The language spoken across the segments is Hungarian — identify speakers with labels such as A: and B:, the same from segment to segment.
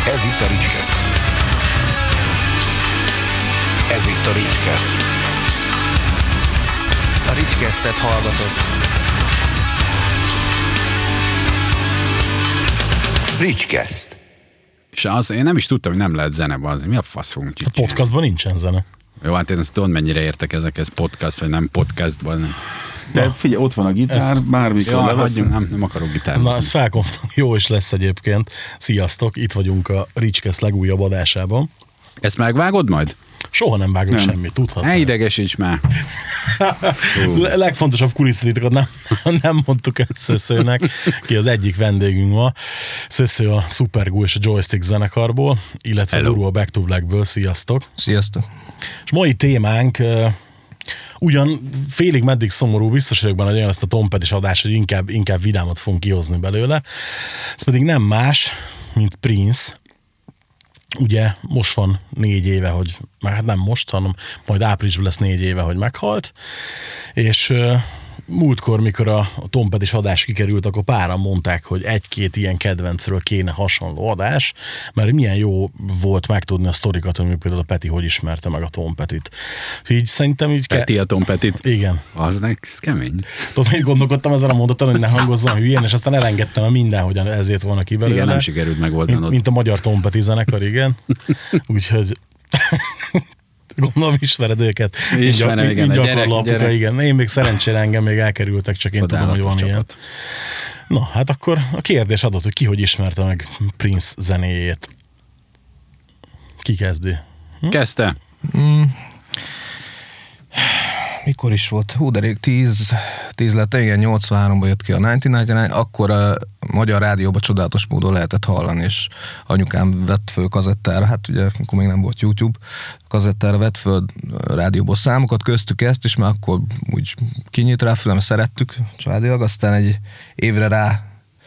A: Ez itt a Ricskeszt. Ez itt a Ricskeszt. A Ricskesztet hallgatod. Ricskeszt.
B: És az, én nem is tudtam, hogy nem lehet zene. Mi a fasz fogunk itt
C: A podcastban nincsen zene.
B: Jó, hát én azt tudom, mennyire értek ezekhez podcast, vagy nem podcastban.
D: De figyelj, ott van a gitár, bármikor leveszem.
B: Nem akarok gitárot.
C: Na, ez felkonftam, jó is lesz egyébként. Sziasztok, itt vagyunk a Ricskeszt legújabb adásában.
B: Ezt megvágod majd?
C: Soha nem vágok semmit, tudhatnál.
B: Ne idegesíts már.
C: Legfontosabb kulisszatitkokat nem mondtuk el Szöszőnek, ki az egyik vendégünk ma. Szösző a Supergoo és a Joystick zenekarból, illetve Guru a Back to Blackből. Sziasztok!
E: Sziasztok!
C: És mai témánk ugyan félig meddig szomorú, biztos vagyok benne, hogy olyan lesz a Tom Petty adás, hogy inkább vidámat fogunk kihozni belőle. Ez pedig nem más, mint Prince. Ugye most van 4 éve, hogy, hát nem most, hanem majd áprilisban lesz 4 éve, hogy meghalt, és múltkor, mikor a Tom Petty adás kikerült, akkor páran mondták, hogy 1-2 ilyen kedvencről kéne hasonló adás, mert milyen jó volt megtudni a sztorikat, hogy például a Petty hogy ismerte meg a Tom Pettyt. Így szerintem így...
B: Petty a Tom Pettyt?
C: Igen.
B: Az kemény.
C: Tudod, én gondolkodtam ezen a mondaton, hogy ne hangozzon hülyén, és aztán elengedtem a mindenhogyan ezért volna ki belőle.
B: Igen, nem sikerült megoldanod.
C: Mint a magyar Tom Petty zenekar, igen. Úgyhogy... Gondolom, ismered őket.
B: Ismerem, igen.
C: Gyerek. Igen. Én még szerencsére engem még elkerültek, csak én tudom, hogy van ilyen. Na, hát akkor a kérdés adott, hogy ki hogy ismerte meg Prince zenéjét. Ki kezdi?
B: Kezdte?
E: Mikor is volt? De rég 10 lett, igen, 83-ban jött ki a 1999, akkor a magyar rádióban csodálatos módon lehetett hallani, és anyukám vett föl kazettára, hát ugye akkor még nem volt YouTube, kazettára vett föl rádióból számokat, köztük ezt is, mert akkor úgy kinyit rá fülem, szerettük családilag, aztán egy évre rá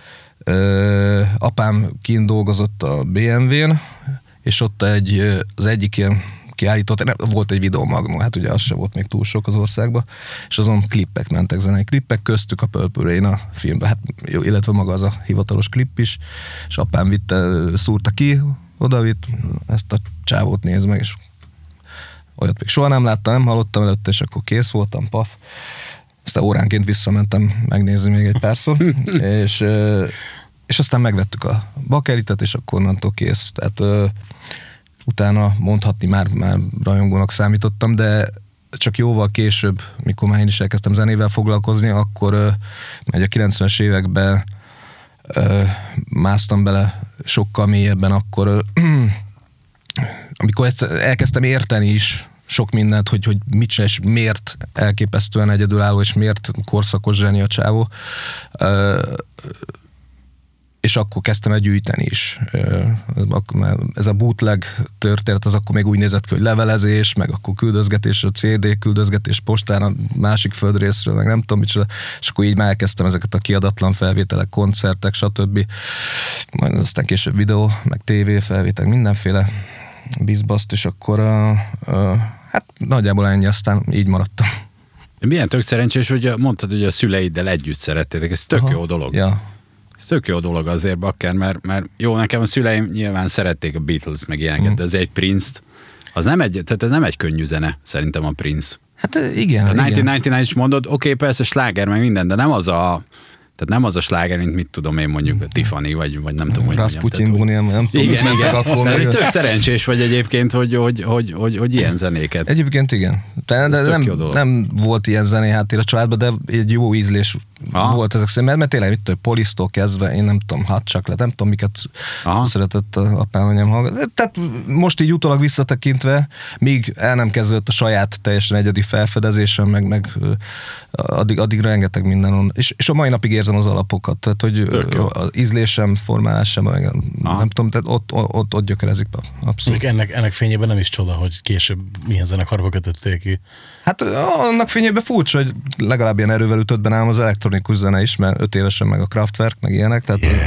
E: apám kint dolgozott a BMW-n, és ott az egyik ilyen kiállított, volt egy videomagnó, hát ugye az se volt még túl sok az országban, és azon klippek mentek, zenei klippek, köztük a Purple Rain a filmben, hát jó, illetve maga az a hivatalos klipp is, és apám szúrta ki, odavitt, ezt a csávót néz meg, és olyat még soha nem láttam, nem hallottam előtte, és akkor kész voltam, paf. Aztán óránként visszamentem megnézni még egy párszor, és aztán megvettük a bakeritet, és akkor onnantól kész. Tehát utána mondhatni már rajongónak számítottam, de csak jóval később, mikor már én is elkezdtem zenével foglalkozni, akkor a 90-es években másztam bele sokkal mélyebben, akkor amikor elkezdtem érteni is sok mindent, hogy mit csinál, és miért elképesztően egyedülálló, és miért korszakos zseni a csávó, és akkor kezdtem el gyűjteni is. Ez a bootleg történet, az akkor még úgy nézett ki, hogy levelezés, meg akkor küldözgetés, a CD küldözgetés postán a másik földrészről, meg nem tudom micsoda, és akkor így már elkezdtem ezeket a kiadatlan felvételek, koncertek, stb. Majd aztán később videó, meg TV felvételek, mindenféle bizbaszt, és akkor hát nagyjából ennyi, aztán így maradtam.
B: Milyen tök szerencsés, hogy mondtad, hogy a szüleiddel együtt szerettétek, ez tök jó dolog.
E: Ja.
B: Tök jó dolog azért, bakker, mert jó, nekem a szüleim nyilván szerették a Beatles, meg ilyeneket, de ez egy Prince-t, tehát ez nem egy könnyű zene, szerintem a Prince.
E: Hát igen.
B: A 1999 is mondod, oké, persze sláger, meg minden, de nem az a sláger, mint mit tudom én mondjuk a Tiffany, vagy nem tudom, hogy
E: Rasputin, Buniam, nem tudom,
B: igen.
E: akkor
B: még tök szerencsés vagy egyébként, hogy ilyen zenéket.
E: Egyébként igen. De nem volt ilyen zené háttér a családban, de egy jó ízlés volt ezek szerint, mert tényleg mit tudom, Polisztól kezdve, én nem tudom, Hot Chocolate, nem tudom, miket szeretett apám, anyám hallgatni. Tehát most így utólag visszatekintve, míg el nem kezdődött a saját teljesen egyedi felfedezésem, meg addig rengeteg minden on. És a mai napig érzem az alapokat, tehát hogy az ízlésem, formálásem, nem tudom, tehát ott gyökerezik be. Abszolút.
C: Ennek fényében nem is csoda, hogy később milyen zenekarba kötötték ki.
E: Hát annak fényében furcsa, hogy legalább ilyen erővel ütött be nálam az elektronikus zene is, mert 5 évesen meg a Kraftwerk, meg ilyenek, tehát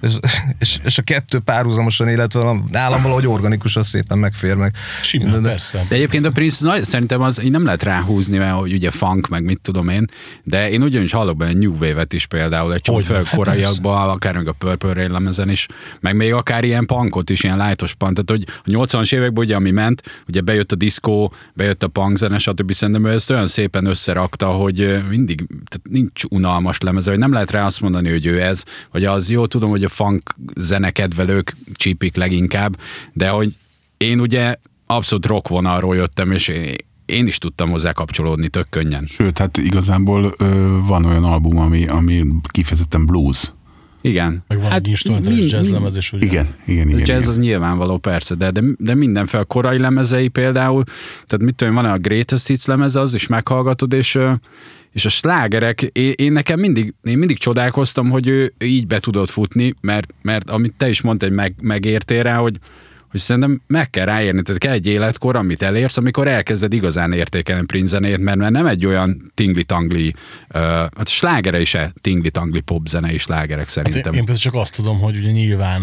E: és a kettő párhuzamosan, illetve nálam valahogy organikus, az szépen megfér meg.
C: Simán, persze.
B: De egyébként a Prince szerintem az így nem lehet ráhúzni, mert hogy ugye funk, meg mit tudom én, de én ugyanúgy hallok benne New Wave-et is például, egy csomó koraiakban, akár meg a Purple Rain lemezen is, meg még akár ilyen punkot is, ilyen lightos punk, tehát hogy a 80-as években ugye ami ment, ugye bejött a diszkó, bejött a punk zene, stb. Szerintem ő ezt olyan szépen összerakta, hogy mindig, tehát nincs unalmas lemeze, hogy nem lehet rá azt mondani, hogy ő ez, vagy az jó, tudom, hogy a funk zenekedvelők csípik leginkább, de hogy én ugye abszolút rock vonalról jöttem, és én is tudtam hozzá kapcsolódni tök könnyen.
D: Sőt, hát igazából van olyan album, ami kifejezetten blues.
B: Igen.
C: Meg van egy instrumentális jazzlemezés, ugye?
D: Igen.
B: A jazz az nyilvánvaló, persze, de mindenféle korai lemezei például, tehát mit tudom, van a Greatest Hits lemez, az is meghallgatod, és a slágerek, én mindig csodálkoztam, hogy ő így be tudott futni, mert amit te is mondtad, hogy megértél rá, hogy szerintem meg kell ráérni, tehát kell egy életkor, amit elérsz, amikor elkezded igazán értékelni Prince zenét, mert nem egy olyan tingli-tangli, hát slágere is tingli-tangli popzenei slágerek szerintem.
C: Hát én csak azt tudom, hogy ugye nyilván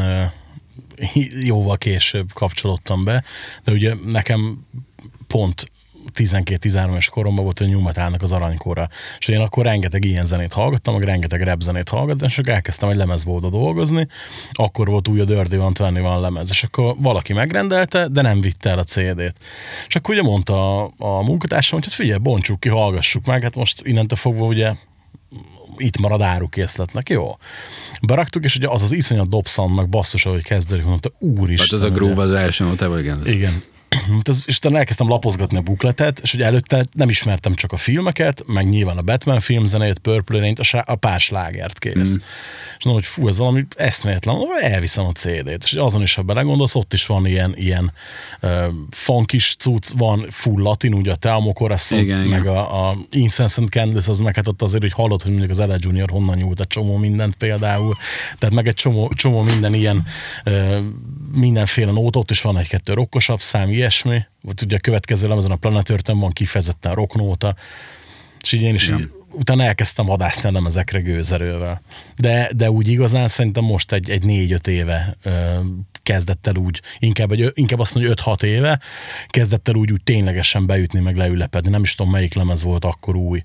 C: jóval később kapcsolódtam be, de ugye nekem pont 12-13 éves koromban volt a new metalnak az aranykora. És én akkor rengeteg ilyen zenét hallgattam, meg rengeteg rap zenét hallgattam, és akkor elkezdtem egy lemezboltba dolgozni, akkor volt új a Dirty Van lemez, és akkor valaki megrendelte, de nem vitte el a CD-t. És akkor ugye mondta a munkatársam, hogy hát figyelj, bontsuk ki, hallgassuk meg, hát most innentől fogva ugye itt marad árukészletnek, jó. Beraktuk, és ugye az iszonyat Dobsonnak basszus, ahogy kezdődik, mondta, úristen.
B: Hát az a groove az első notában, igen.
C: Igen. És utána elkezdtem lapozgatni a bukletet, és ugye előtte nem ismertem csak a filmeket, meg nyilván a Batman filmzenét, Purple Rain-t, a pár slágert kész. És mondom, hogy fú, ez valami eszméletlen, elviszem a CD-t. És azon is, ha belegondolsz, ott is van ilyen funkis cucc, van full latin, ugye a Te Amo Corazon, meg a Incense and Candles, az meg hát ott azért, hogy hallod, hogy mondjuk az Ella Junior honnan nyújt egy csomó mindent például, tehát meg egy csomó minden ilyen mindenféle nót, ott is van egy-kettő rockosabb szám, ilyesmi. Vagy ugye a következő lemezen a Planet Earth-ön van kifejezetten rocknóta, és így én is utána elkezdtem vadászni a lemezekre gőzerővel. De úgy igazán szerintem most egy 4-5 éve kezdett el úgy, inkább azt mondja, hogy 5-6 éve kezdett el úgy ténylegesen beütni, meg leülepedni. Nem is tudom, melyik lemez volt akkor új.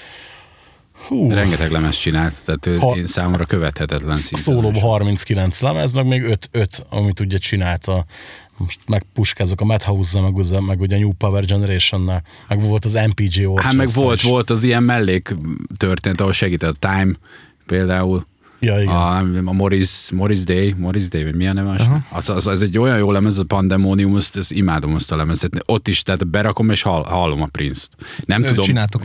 C: Hú.
B: Rengeteg lemez csinált, tehát én számomra követhetetlen szinte.
C: Szólóban 39 lemez, meg még 5 amit ugye csinálta. Most megpuskázok a Madhouse-zal, meg ugye a New Power Generation-nel, meg volt az MPG Orchestra.
B: Hát meg volt az ilyen mellék történet, ahol segített a Time például.
C: Ja, igen.
B: A Morris Day, vagy milyen neve? Az egy olyan jó lemez, a Pandemonium, ezt imádom azt a lemezet. Ott is, tehát berakom és hallom a Prince-t. Nem tudom.
E: Csináltok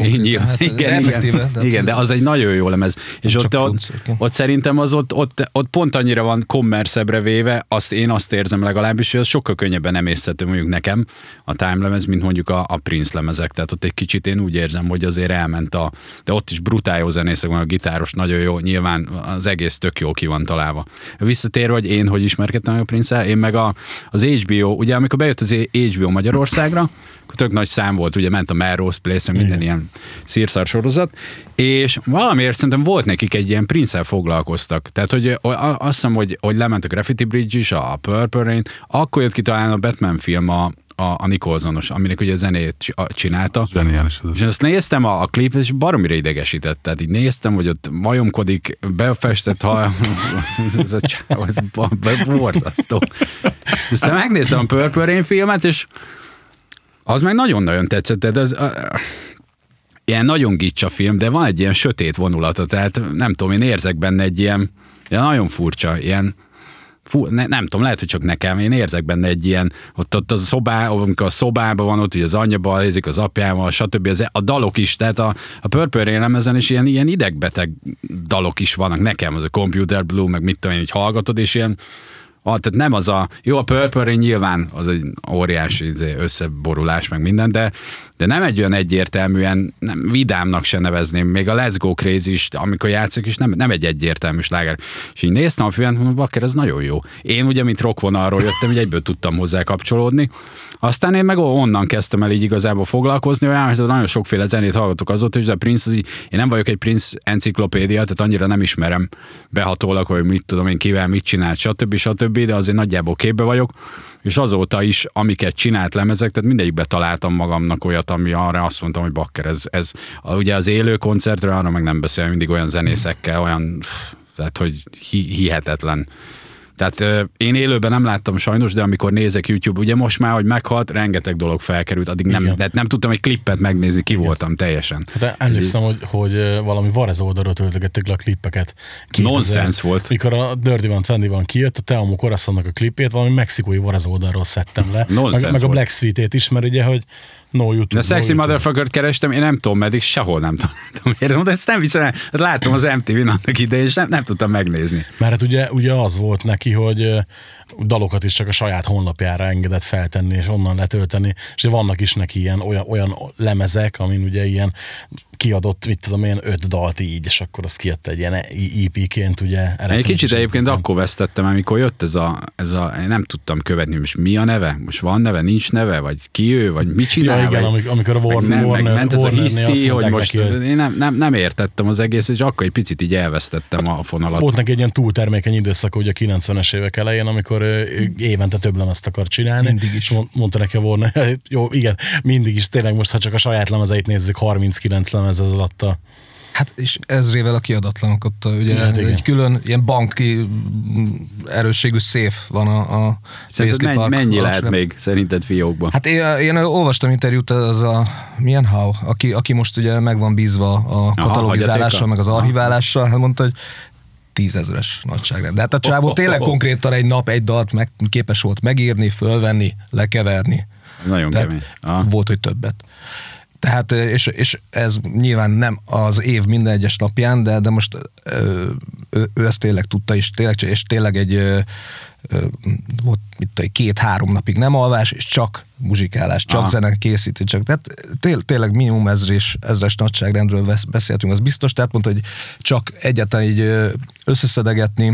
B: igen, de az egy nagyon jó lemez. És ott szerintem az ott pont annyira van kommerszebbre véve, én azt érzem legalábbis, hogy az sokkal könnyebben emészthető mondjuk nekem a Time lemez, mint mondjuk a Prince lemezek. Tehát ott egy kicsit én úgy érzem, hogy azért elment de ott is brutál jó zenészek van, a gitáros nagyon jó, nyilván az egész tök jó ki van találva. Visszatérve, hogy én hogy ismerkedtem meg a Prince-el, én meg az HBO, ugye amikor bejött az HBO Magyarországra, akkor tök nagy szám volt, ugye ment a Melrose Place, minden ilyen szírszar sorozat, és valamiért szerintem volt nekik egy ilyen Prince-el foglalkoztak. Tehát, hogy azt hiszem, hogy lement a Graffiti Bridge is, a Purple Rain, akkor jött ki talán a Batman film, a Nicholsonos, aminek ugye zenét csinálta.
D: Zseniális.
B: És azt néztem a klip, és baromira idegesített. Tehát így néztem, hogy ott majomkodik, befestett ez borzasztó. Aztán megnéztem a Purple Rain filmet, és az meg nagyon-nagyon tetszett. Tehát ez ilyen nagyon gicsa film, de van egy ilyen sötét vonulata, tehát nem tudom, én érzek benne egy ilyen nagyon furcsa, ilyen nem tudom, lehet, hogy csak nekem, én érzek benne egy ilyen, ott az amikor a szobában van, ott ugye az anyja balhézik az apjával, stb. A dalok is, tehát a Purple Rain lemezen is ilyen idegbeteg dalok is vannak nekem, az a Computer Blue, meg mit tudom én, így hallgatod, és ilyen, tehát nem az a Purple Rain nyilván az egy óriási összeborulás, meg minden, de nem egy olyan egyértelműen nem, vidámnak se nevezném, még a Let's Go Crazy is, amikor játszik is, nem egy egyértelmű sláger. És így néztem a filmet, mondom, bakker, ez nagyon jó. Én ugye, mint rockvonalról jöttem, így egyből tudtam hozzá kapcsolódni. Aztán én meg onnan kezdtem el így igazából foglalkozni, olyan, hogy nagyon sokféle zenét hallgatok azóta is, de Prince, én nem vagyok egy Prince enciklopédia, tehát annyira nem ismerem behatólag, hogy mit tudom én kivel, mit csinált, stb., de azért nagyjából képbe vagyok, és azóta is, amiket csinált lemezek, tehát mindegyikbe találtam magamnak olyat, ami arra azt mondtam, hogy bakker, ez ugye az élő koncertről, arra meg nem beszél, mindig olyan zenészekkel, olyan, tehát hogy hihetetlen. Tehát én élőben nem láttam sajnos, de amikor nézek YouTube, ugye most már, hogy meghalt, rengeteg dolog felkerült, addig nem tudtam egy klippet megnézni, ki voltam teljesen.
C: Hát emlékszem, hogy valami Varez oldalról töltögették le a klippeket.
B: Nonsens volt.
C: Mikor a Dirty Van 20-ban kijött, a Te Amo Corazonnak a klipét, valami mexikói Varez oldalról szedtem le. Meg a Black Sweet-ét is, mert ugye, hogy no YouTube.
B: De Sexy Motherfucker-t kerestem, én nem tudom meddig, sehol nem találtam. De ezt nem viszont, látom az MTV-n annak idején, és nem tudtam megnézni.
C: Mert hát ugye az volt neki, hogy dalokat is csak a saját honlapjára engedett feltenni, és onnan letölteni, és vannak is neki ilyen olyan lemezek, amin ugye ilyen kiadott, mit tudom én, 5 dalt így, és akkor azt kijött egy ilyen EP-ként, ugye.
B: Egy kicsit egyébként akkor vesztettem, amikor jött ez a én nem tudtam követni, most mi a neve? Most van neve, nincs neve, vagy ki ő, vagy mit csinál?
C: Ja, igen, amikor a Warner
B: ment ez a hiszti, hogy most én nem értettem az egész, és akkor egy picit így elvesztettem a fonalat.
C: Volt neki egy ilyen túltermékeny időszaka, ugye a 90-es évek elején, amikor évente több lemezt akar csinálni.
E: Mindig is.
C: Mondta neki a Warner, jó, igen, mindig is, tényleg most, ha csak a saját lemezeit nézzük, 39 lemez ez alatt a...
E: Hát és ezrével a kiadatlanokat, ugye
C: hát
E: egy külön ilyen banki erősségű széf van a
B: Paisley Park. Mennyi lehet még szerinted fiókban?
E: Hát én olvastam interjút, az a milyen How, aki most ugye meg van bízva a katalogizálással, meg az archiválással, hát mondta, hogy 10 000-es nagyságrend. De hát a csávó tényleg konkrétan egy nap egy dalt képes volt megírni, fölvenni, lekeverni.
B: Nagyon kemény.
E: Volt, hogy többet. Tehát, és ez nyilván nem az év minden egyes napján, de most ő ezt tényleg tudta, és tényleg egy volt 2-3 napig nem alvás, és csak muzsikálás, csak zene készítés, csak tehát tényleg minimum ezres nagyságrendről beszéltünk, az biztos, tehát mondta, hogy csak egyáltalán így összeszedegetni,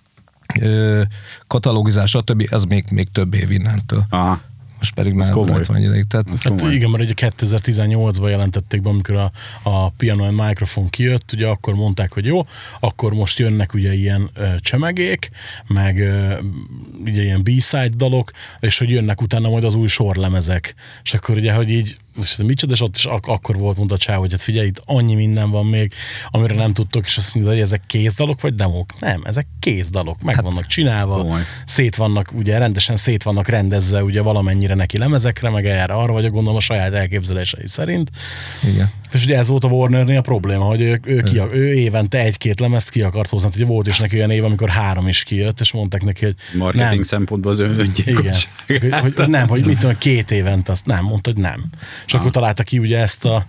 E: katalogizás, stb. Ez még több év innentől.
B: Aha.
E: Most pedig már rajta van ideig.
C: Hát igen, mert ugye 2018-ban jelentették be, amikor a Piano and Microphone kijött, ugye akkor mondták, hogy jó, akkor most jönnek ugye ilyen csemegék, meg ugye ilyen B-side dalok, és hogy jönnek utána majd az új sorlemezek. És akkor ugye, hogy így micsoda, és ott is akkor volt, mondta a csáv, hogy hát figyelj, itt annyi minden van még, amire nem tudtok, és azt mondja, hogy ezek kézdalok, vagy demók? Nem, ezek kézdalok, meg vannak csinálva, szét vannak, ugye rendesen szét vannak rendezve, ugye valamennyire neki lemezekre, meg erre, arra vagy gondolom a saját elképzelései szerint.
E: Igen.
C: És ugye ez volt a Warnernél a probléma, hogy ő évente 1-2 lemezt ki akart hozni. Ugye volt is neki olyan év, amikor 3 is kijött, és mondták neki, hogy
B: marketing szempontból az öngyilkosság.
C: Igen, hogy nem, hogy mit tudom, 2 évente, azt nem, mondta, hogy nem. És akkor találta ki ugye ezt a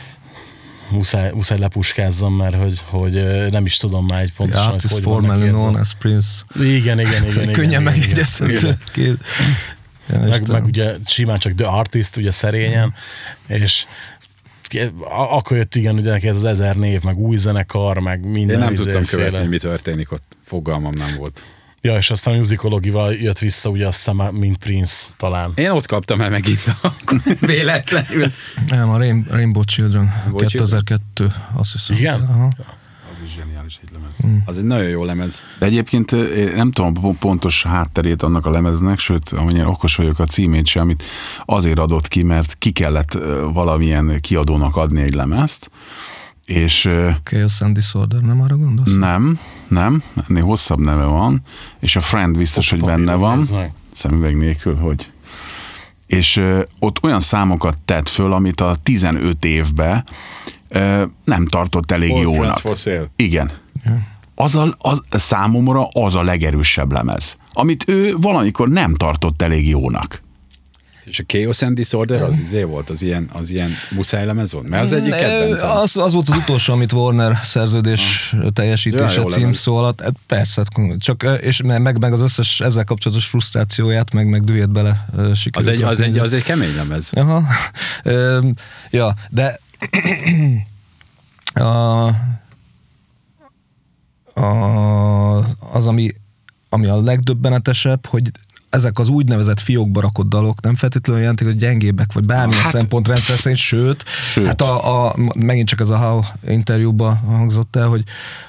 C: muszáj lepuskázzam, mert hogy nem is tudom már egy pontosan,
E: hogy is formerly known as Prince.
C: Igen.
E: Könnyen megjegyezhető.
C: Meg ugye simán csak The Artist, ugye szerényen, és akkor jött igen, ugye neki ez az 1000 név, meg új zenekar, meg minden.
B: Én nem tudtam követni, mi történik ott. Fogalmam nem volt.
C: Ja, és aztán a musicologival jött vissza, ugye azt hiszem, mint Prince talán.
B: Én ott kaptam el megint véletlenül.
E: Nem, a Rainbow Children, 2002, azt hiszem.
C: Igen?
E: Aha.
D: Az is zseniális egy lemez.
B: Az egy nagyon jó lemez.
D: De egyébként nem tudom a pontos hátterét annak a lemeznek, sőt, amennyire okos vagyok, a címét sem, amit azért adott ki, mert ki kellett valamilyen kiadónak adni egy lemezt, és...
E: Chaos and Disorder, nem arra gondolsz?
D: Nem, ennél hosszabb neve van, és a Friend biztos, hogy benne van, szemüveg nélkül, hogy... És ott olyan számokat tett föl, amit a 15 évben nem tartott elég
B: All
D: jónak.
B: For Sale.
D: Igen. Az számomra az a legerősebb lemez, amit ő valamikor nem tartott elég jónak.
B: És a Chaos and Disorder az volt, az ilyen muszájlemez volt? Mert az egyik kedvencem.
E: Az volt az utolsó, amit Warner szerződés teljesítése címszó alatt. Persze, csak, és meg az összes ezzel kapcsolatos frusztrációját, meg dühét bele sikerült.
B: Az egy kemény lemez.
E: Aha. Ja, de az, ami a legdöbbenetesebb, hogy ezek az úgynevezett fiókba rakott dalok nem feltétlenül jelentik, hogy gyengébbek, vagy bármilyen szempontrendszer szerint, sőt. Hát megint csak ez a How interjúban hangzott el,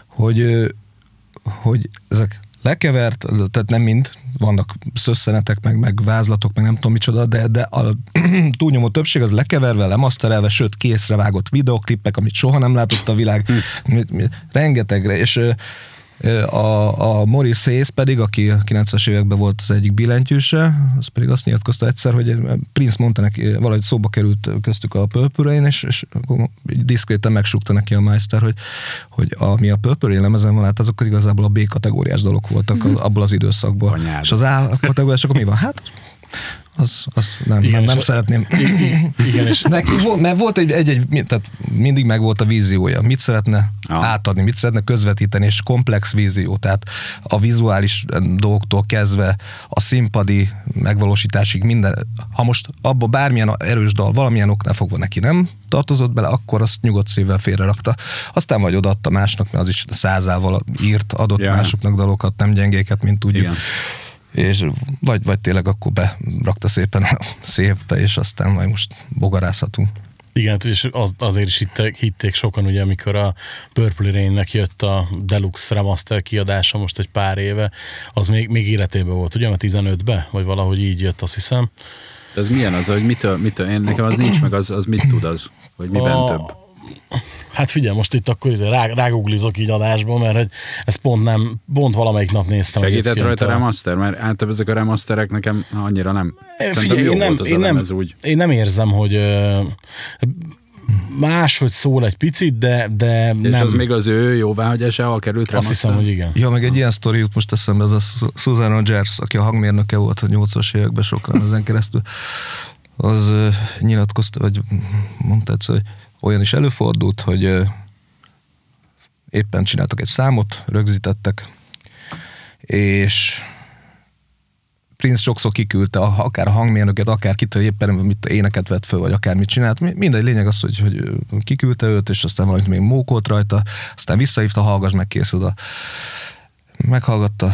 E: hogy ezek lekevert, tehát nem mind, vannak szösszenetek, meg vázlatok, meg nem tudom micsoda, de a túlnyomó többség az lekeverve, lemaszterelve, sőt készrevágott videoklippek, amit soha nem látott a világ, rengetegre, és a Maurice Hayes pedig, aki a 90-es években volt az egyik billentyűse, az pedig azt nyilatkozta egyszer, hogy Prince mondta neki, valahogy szóba került köztük a Purple Rain, és akkor diszkréten megsúgta neki a Meister, hogy ami a Purple Rain lemezen van, hát azok igazából a B kategóriás dolog voltak abból az időszakból.
B: Anyád.
E: És az A kategóriás, akkor mi van? Hát az nem szeretném.
C: Igen, és
E: mert volt tehát mindig meg volt a víziója. Mit szeretne átadni, mit szeretne közvetíteni, és komplex vízió. Tehát a vizuális dolgoktól kezdve a színpadi megvalósításig minden. Ha most abba bármilyen erős dal, valamilyen oknál fogva neki nem tartozott bele, akkor azt nyugodt szívvel félrerakta. Aztán vagy odaadta másnak, mert az is 100-ával adott másoknak dalokat, nem gyengéket, mint tudjuk. Igen. És vagy tényleg akkor berakta szépen a széfbe, és aztán majd most bogarázhatunk.
C: Igen, és azért is hitték sokan, ugye, amikor a Purple Rain-nek jött a Deluxe Remaster kiadása most egy pár éve, az még életében volt, ugye, mert 15-be, vagy valahogy így jött, azt hiszem.
B: De az milyen az, hogy mitől nekem az nincs meg, az mit tud az, hogy miben több?
C: Hát figyelj, most itt akkor rágooglizok így adásban, mert hogy ezt pont valamelyik nap néztem.
B: Segített rajta a remaster? Mert általában ezek a remasterek nekem annyira nem. Figyelj,
C: én nem érzem, hogy máshogy szól egy picit, de
B: és
C: nem.
B: Az még az ő jóváhagyásával került remaster?
C: Azt hiszem, hogy igen.
E: Ja, meg egy ilyen sztori jut most eszembe, az a Susan Rogers, aki a hangmérnöke volt a 80-as években sokan ezen keresztül, az nyilatkozta, vagy mondta egyszer, hogy olyan is előfordult, hogy éppen csináltak egy számot, rögzítettek, és Prince sokszor kiküldte akár a hangmérnöket, akár kitől éppen mit éneket vett föl, vagy akár mit csinált. Mindegy, lényeg az, hogy kiküldte őt, és aztán valamit még mókolt rajta, aztán visszahívta, hallgass meg, kész oda. Meghallgatta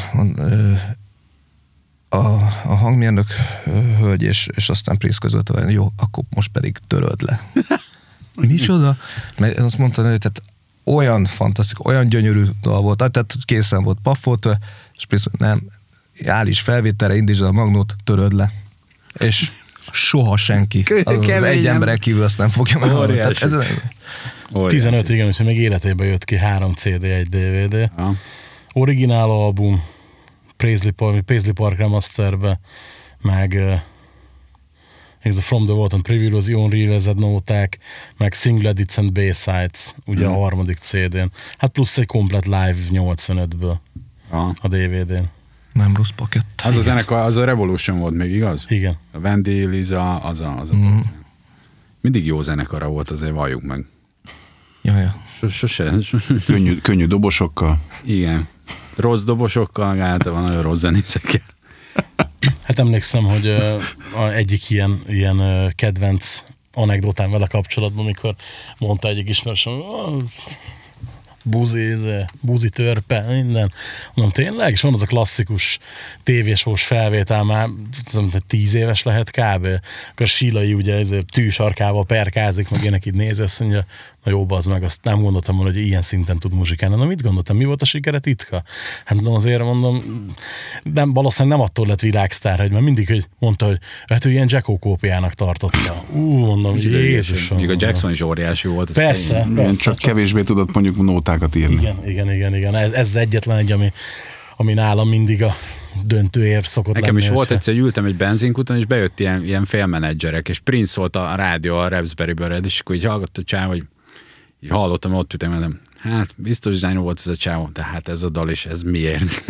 E: a hangmérnök hölgy, és aztán Prince közölte, hogy jó, akkor most pedig töröld le. Micsoda? Mert azt mondta, hogy tehát olyan fantasztikus, olyan gyönyörű dal volt, tehát készen volt paffoltva, és Prince nem, állíts felvételre, indítsd a magnót, töröd le. És soha senki, az egy emberek kívül azt nem fogja meghallani.
C: 15, igen, úgyhogy még életében jött ki 3 CD, 1 DVD. Originál album, Paisley Park Remasterbe, meg ez a From the Vault and Preview, az unreleased nóták, meg Single Edits and B-Sides, ugye a harmadik CD-n. Hát plusz egy komplet live 85-ből a DVD-n.
E: Nem rossz pakett.
B: Az a zenekar, az a Revolution volt még, igaz?
C: Igen.
B: A Wendy, Liza, az a mindig jó zenekara volt, azért valljuk meg.
E: Ja.
B: Sose.
D: Könnyű dobosokkal.
B: Igen. Rossz dobosokkal, általában nagyon rossz zenészekkel.
C: Hát emlékszem, hogy egyik ilyen kedvenc anekdotám vele kapcsolatban, amikor mondta egyik ismerősöm, buzi törpe, minden. Mondom, tényleg? És van az a klasszikus tévésós felvétel, már 10 éves lehet kb. Akkor Sílai ugye tűsarkával perkázik, meg ének így néz, azt mondja, na jó, bazd meg, azt nem gondoltam volna, hogy ilyen szinten tud muzsikálni. Na mit gondoltam, mi volt a sikere titka? Hát mondom, azért mondom, valószínűleg nem attól lett világsztár, hogy mert mindig hogy mondta, hogy hát ő ilyen Jacko kópiának tartotta. Mondom, Jézusom.
B: Még a Jackson is óriási volt.
C: Persze.
D: Csak kevésbé tudott mondjuk nótákat írni.
C: Igen. Ez egyetlen egy, ami nálam mindig a döntő ér szokott
B: nekem lenni. Is volt egyszer, ültem egy benzinkuton, és bejött ilyen félmenedzserek, és Prince szólt a rádió a Raspberry-ből, és akkor így hallgatta a csáv, hogy így hallottam, ott ütem, hát biztos zsánó volt ez a csávó, tehát ez a dal is, ez miért?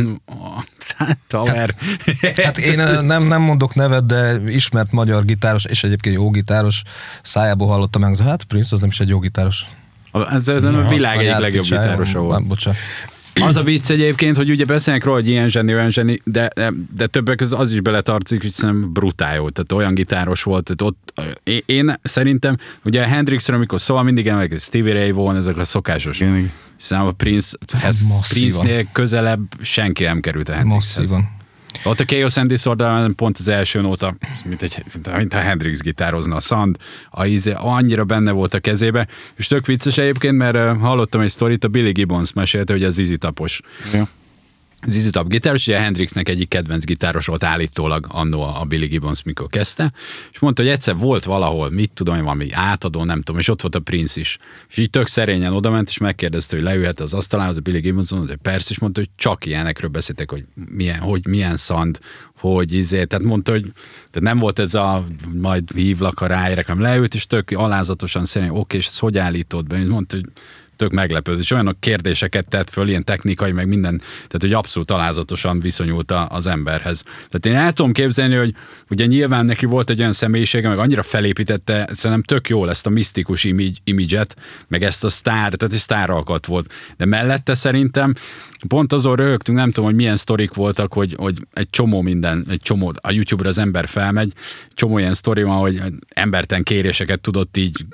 E: Hát én nem mondok nevet, de ismert magyar gitáros, és egyébként jó gitáros szájából hallottam meg, hát Prince az nem is egy jó gitáros.
B: Ez nem a világ egyik legjobb gitárosa volt.
E: Bocsánat.
B: Az a vicc egyébként, hogy ugye beszélnek róla, hogy ilyen zseni, olyan zseni, de többek között az is beletartozik, hogy szerintem brutál jó, tehát olyan gitáros volt, tehát ott én szerintem, ugye Hendrixről, amikor szóval mindig emlékezik, Stevie Ray Vaughan, ezek a szokásos. Szerintem a Prince-nél közelebb senki nem került a Hendrixhez. Masszívan. Ott a Chaos and Disorder pont az első nóta, mint a Hendrix gitározna a Sand, annyira benne volt a kezébe, és tök vicces egyébként, mert hallottam egy sztorit, a Billy Gibbons mesélte, hogy a ZZ Topos. Ja. ZZ Top gitáros, ugye a Hendrixnek egyik kedvenc gitáros volt állítólag annó a Billy Gibbons, mikor kezdte, és mondta, hogy egyszer volt valahol, mit tudom, valami átadó, nem tudom, és ott volt a Prince is. És így tök szerényen odament, és megkérdezte, hogy leülhet az asztalához, a Billy Gibbons, hogy persze, és mondta, hogy csak ilyenekről beszéltek, hogy milyen szand, hogy tehát mondta, hogy tehát nem volt ez a majd hívlak a ráérek, hanem leült, és tök alázatosan szerény, oké, és ezt hogy állítod be? Mondta, hogy tök meglepő, és olyan kérdéseket tett föl, ilyen technikai, meg minden, tehát hogy abszolút alázatosan viszonyult az emberhez. Tehát én el tudom képzelni, hogy ugye nyilván neki volt egy olyan személyisége, meg annyira felépítette, szerintem tök jól ezt a misztikus imidzset, meg ezt a tehát egy sztáralkat volt. De mellette szerintem pont azon röhögtünk, nem tudom, hogy milyen sztorik voltak, hogy egy csomó a YouTube-ra az ember felmegy, csomó ilyen sztori van, hogy emberten kéréseket tudott így,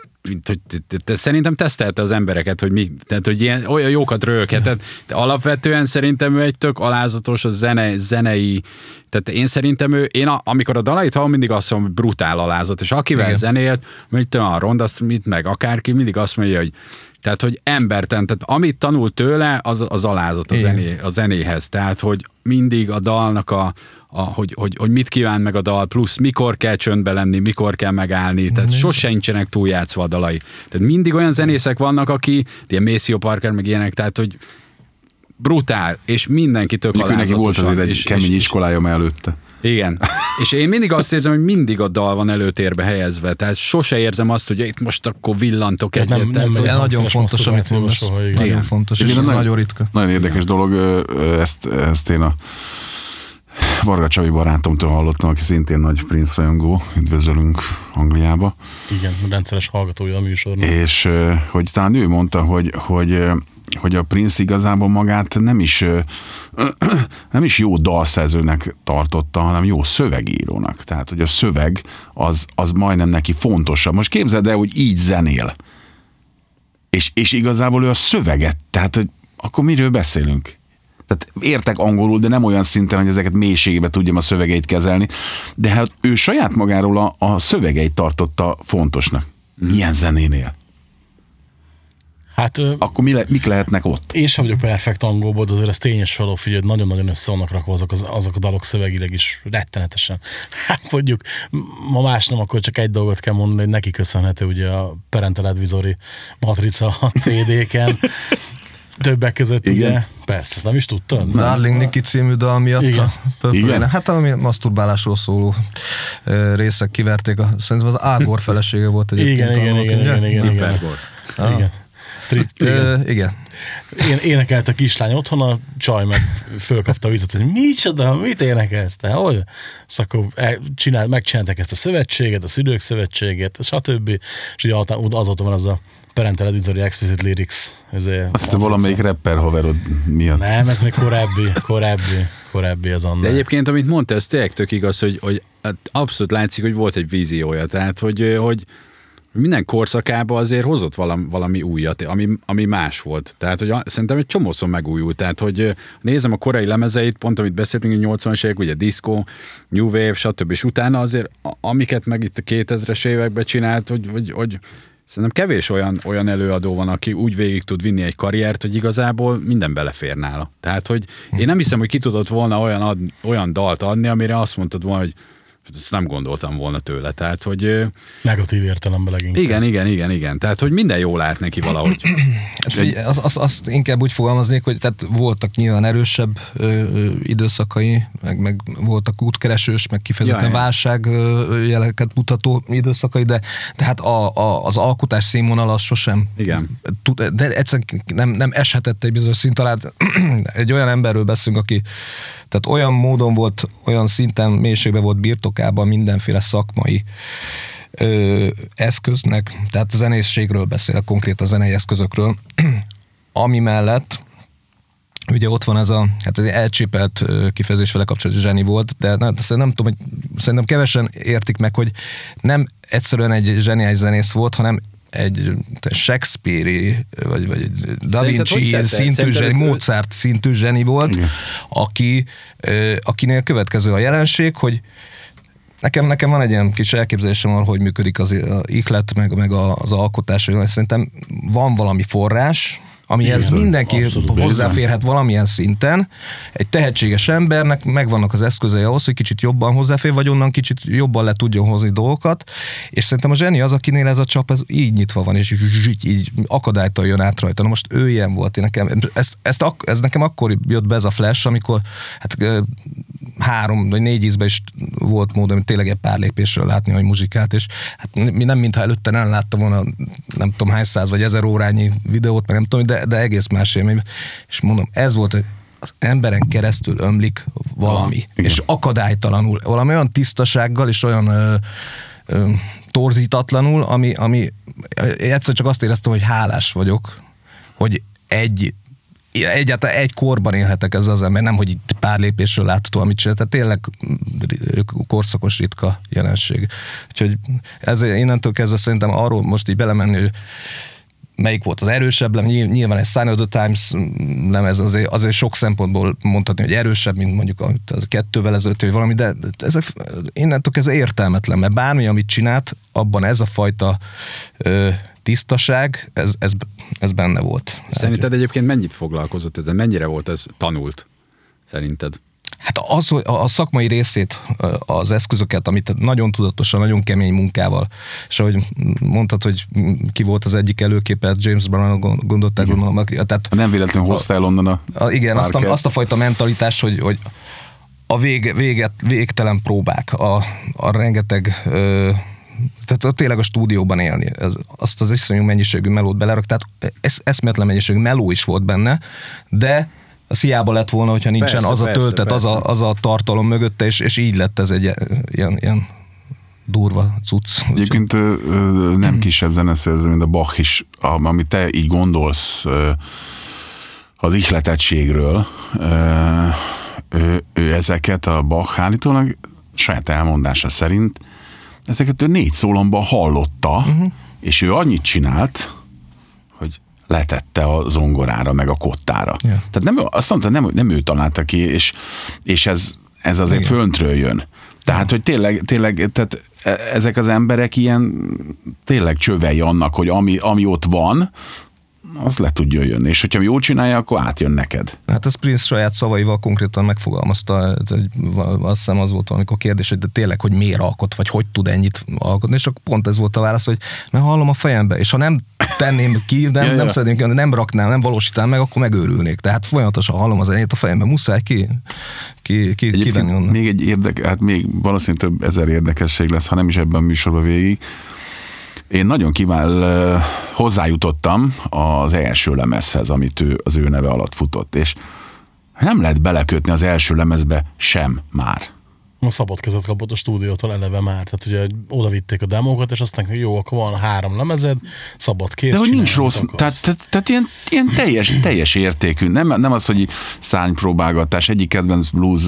B: szerintem tesztelte az embereket, hogy mi, tehát hogy ilyen, olyan jókat röhöghetett, de alapvetően szerintem ő egy tök alázatos, a zenei, tehát én szerintem amikor a dalait hallom, mindig azt mondom, hogy brutál alázat, és akivel zenélt, mint a Ronda Smith, meg akárki, mindig azt mondja, hogy tehát, hogy emberten, tehát amit tanul tőle, az alázat a zenéhez. Tehát, hogy mindig a dalnak hogy mit kíván meg a dal, plusz mikor kell csöndbe lenni, mikor kell megállni, tehát sose nincsenek túljátszva a dalai. Tehát mindig olyan zenészek vannak, aki, ilyen Maceo Parker, meg ilyenek, tehát, hogy brutál, és mindenki tök alázatosan.
D: Neki volt azért egy kemény iskolája előtte.
B: Igen. És én mindig azt érzem, hogy mindig a dal van előtérbe helyezve, tehát sose érzem azt, hogy itt most akkor villantok egyet.
E: Nem nagyon fontos, amit mondasz. Nagyon fontos, és ez nagyon ritka.
D: Nagyon érdekes dolog, ezt én a Varga Csabi barátomtól hallottam, aki szintén nagy Prince rajongó, üdvözölünk Angliába.
C: Igen, rendszeres hallgatója a műsornak.
D: És hogy talán ő mondta, hogy a Prince igazából magát nem is jó dalszerzőnek tartotta, hanem jó szövegírónak. Tehát, hogy a szöveg az majdnem neki fontosabb. Most képzeld el, hogy így zenél. És igazából ő a szöveget, tehát, hogy akkor miről beszélünk? Tehát értek angolul, de nem olyan szinten, hogy ezeket mélységbe tudjam a szövegeit kezelni, de hát ő saját magáról a szövegeit tartotta fontosnak. Ilyen zenénél. Hát, akkor mik lehetnek ott?
C: Én sem vagyok perfekt angolból, de azért ez tényes feló, figyelj, nagyon-nagyon össze vannak rakva azok a dalok szövegileg is rettenetesen. Hát mondjuk, ma más nem, akkor csak egy dolgot kell mondani, hogy neki köszönhető ugye a Parental Advisory matrica a CD-ken. Többek között, ugye? Persze, ezt nem is tudtad?
E: Darling Nikki című dal miatt.
D: Igen.
E: Hát ami masturbálásról szóló részek kiverték. Szerintem az Al Gore felesége volt egyébként. Igen.
C: Énekelt a kislány otthon, a csaj meg fölkapta a vizet, hogy micsoda, mit énekelsz te? Hogy? Szóval akkor megcsinálták ezt a szövetséget, a szülők szövetségét, stb. És ugye azóta van az a Parental Advisory Explicit Lyrics.
D: Azt valamelyik rapper haverod miatt.
C: Nem, ez még korábbi az annak.
B: De egyébként, amit mondta, ez tényleg tök igaz, hogy abszolút látszik, hogy volt egy víziója. Tehát, hogy minden korszakában azért hozott valami újat, ami más volt. Tehát, hogy szerintem egy csomószor megújult. Tehát, hogy nézem a korai lemezeit, pont amit beszéltünk, hogy 80-as évek, ugye disco, new wave, stb. És utána azért, amiket meg itt a 2000-es években csinált, hogy szerintem kevés olyan előadó van, aki úgy végig tud vinni egy karriert, hogy igazából minden belefér nála. Tehát, hogy én nem hiszem, hogy ki tudott volna olyan dalt adni, amire azt mondtad volna, hogy ezt nem gondoltam volna tőle, tehát, hogy...
C: Negatív értelemben leginkább.
B: Igen. Tehát, hogy minden jól állt neki valahogy.
E: Hát, azt inkább úgy fogalmaznék, hogy tehát voltak nyilván erősebb időszakai, meg voltak útkeresős, meg kifejezetten válságjeleket mutató időszakai, de hát az alkotás színvonal az sosem.
B: Igen.
E: De egyszerűen nem eshetett egy bizonyos szint alá. Egy olyan emberről beszélünk, aki tehát olyan módon volt, olyan szinten mélységben volt birtokában mindenféle szakmai eszköznek, tehát a zenészségről beszélek, konkrét a zenei eszközökről, ami mellett ugye ott van ez hát egy elcsépelt kifejezés vele kapcsolatban zseni volt, de nem tudom, hogy szerintem kevesen értik meg, hogy nem egyszerűen egy zseniális zenész volt, hanem egy Shakespeare-i, vagy Da Vinci szintű zseni, Mozart szintű zseni volt, akinél következő a jelenség, hogy Nekem van egy ilyen kis elképzelésem arról, hogy működik az ihlet, meg az alkotás, hogy szerintem van valami forrás, amihez mindenki hozzáférhet valamilyen szinten. Egy tehetséges embernek megvannak az eszközei ahhoz, hogy kicsit jobban hozzáfér, vagy onnan kicsit jobban le tudjon hozni dolgokat, és szerintem a zseni az, akinél ez a csap ez így nyitva van, és így akadálytal jön át rajta. Na most ő ilyen volt. Ez nekem akkor jött be ez a flash, amikor hát 3 vagy 4 ízben is volt módon tényleg egy pár lépésről látni, hogy muzsikált, és hát mi nem mintha előtte nem láttam volna nem tudom hány 100 vagy 1000 órányi videót, meg nem tudom, de egész más élmény. És mondom, ez volt, hogy az emberen keresztül ömlik valami, és akadálytalanul, valami olyan tisztasággal, és olyan torzítatlanul, ami egyszer csak azt éreztem, hogy hálás vagyok, hogy egyáltalán egy korban élhetek ezzel az ember, nem, hogy itt pár lépésről látható, amit csinál, tehát tényleg korszakos ritka jelenség. Úgyhogy innentől kezdve szerintem arról most így belemenni, hogy melyik volt az erősebb lemez, nyilván egy Sign of the Times lemez azért sok szempontból mondhatni, hogy erősebb, mint mondjuk a 2-vel ezelőtt, vagy valami, de ezek innentől kezdve értelmetlen, mert bármi, amit csinált, abban ez a fajta tisztaság, ez benne volt.
B: Szerinted egyébként mennyit foglalkozott ezzel? Mennyire volt ez tanult? Szerinted?
E: Hát az, hogy a szakmai részét, az eszközöket, amit nagyon tudatosan, nagyon kemény munkával, és ahogy mondtad, hogy ki volt az egyik előképet, James Brown gondolták, gondolom. Tehát
D: nem véletlenül hozta el onnan
E: igen, azt a fajta mentalitást, hogy a végtelen próbák, a rengeteg tehát tényleg a stúdióban élni, azt az iszonyú mennyiségű melót belerak, tehát eszméletlen mennyiségű meló is volt benne, de az hiába lett volna, hogyha nincsen az a töltet, az a tartalom mögötte, és így lett ez egy ilyen durva cucc.
D: Egyébként nem kisebb zeneszerző, mint a Bach is, amit te így gondolsz az ihletettségről, ő ezeket a Bach állítólag saját elmondása szerint ezeket ő 4 szólamban hallotta, és ő annyit csinált, hogy letette a zongorára, meg a kottára. Yeah. Tehát azt mondta, nem ő találta ki, és ez azért föntről jön. Tehát, hogy tényleg tehát ezek az emberek ilyen tényleg csövei annak, hogy ami ott van, az le tudja jönni. És hogyha jól csinálja, akkor átjön neked.
E: Hát ez Prince saját szavaival konkrétan megfogalmazta, hogy azt hiszem az volt valamikor kérdés, hogy de tényleg, hogy miért alkot, vagy hogy tud ennyit alkotni, és akkor pont ez volt a válasz, hogy mert hallom a fejembe, és ha nem tenném ki, nem szeretném, nem raknám, nem valósítanám meg, akkor megőrülnék. Tehát folyamatosan hallom az enyét a fejembe, muszáj kivenni onnan.
D: Még egy hát még valószínűleg több ezer érdekesség lesz, ha nem is ebben a műsorban végig. Én nagyon hozzájutottam az első lemezhez, amit az ő neve alatt futott, és nem lehet belekötni az első lemezbe sem már.
C: A szabad kezet kapott a stúdiótól eleve már, tehát ugye oda vitték a demókat, és aztán, hogy jó, akkor van 3 lemezed, szabad kéz.
D: De hogy nincs rossz, tehát ilyen teljes értékű, nem az, hogy szárnypróbálgatás, egyik kedvenc blues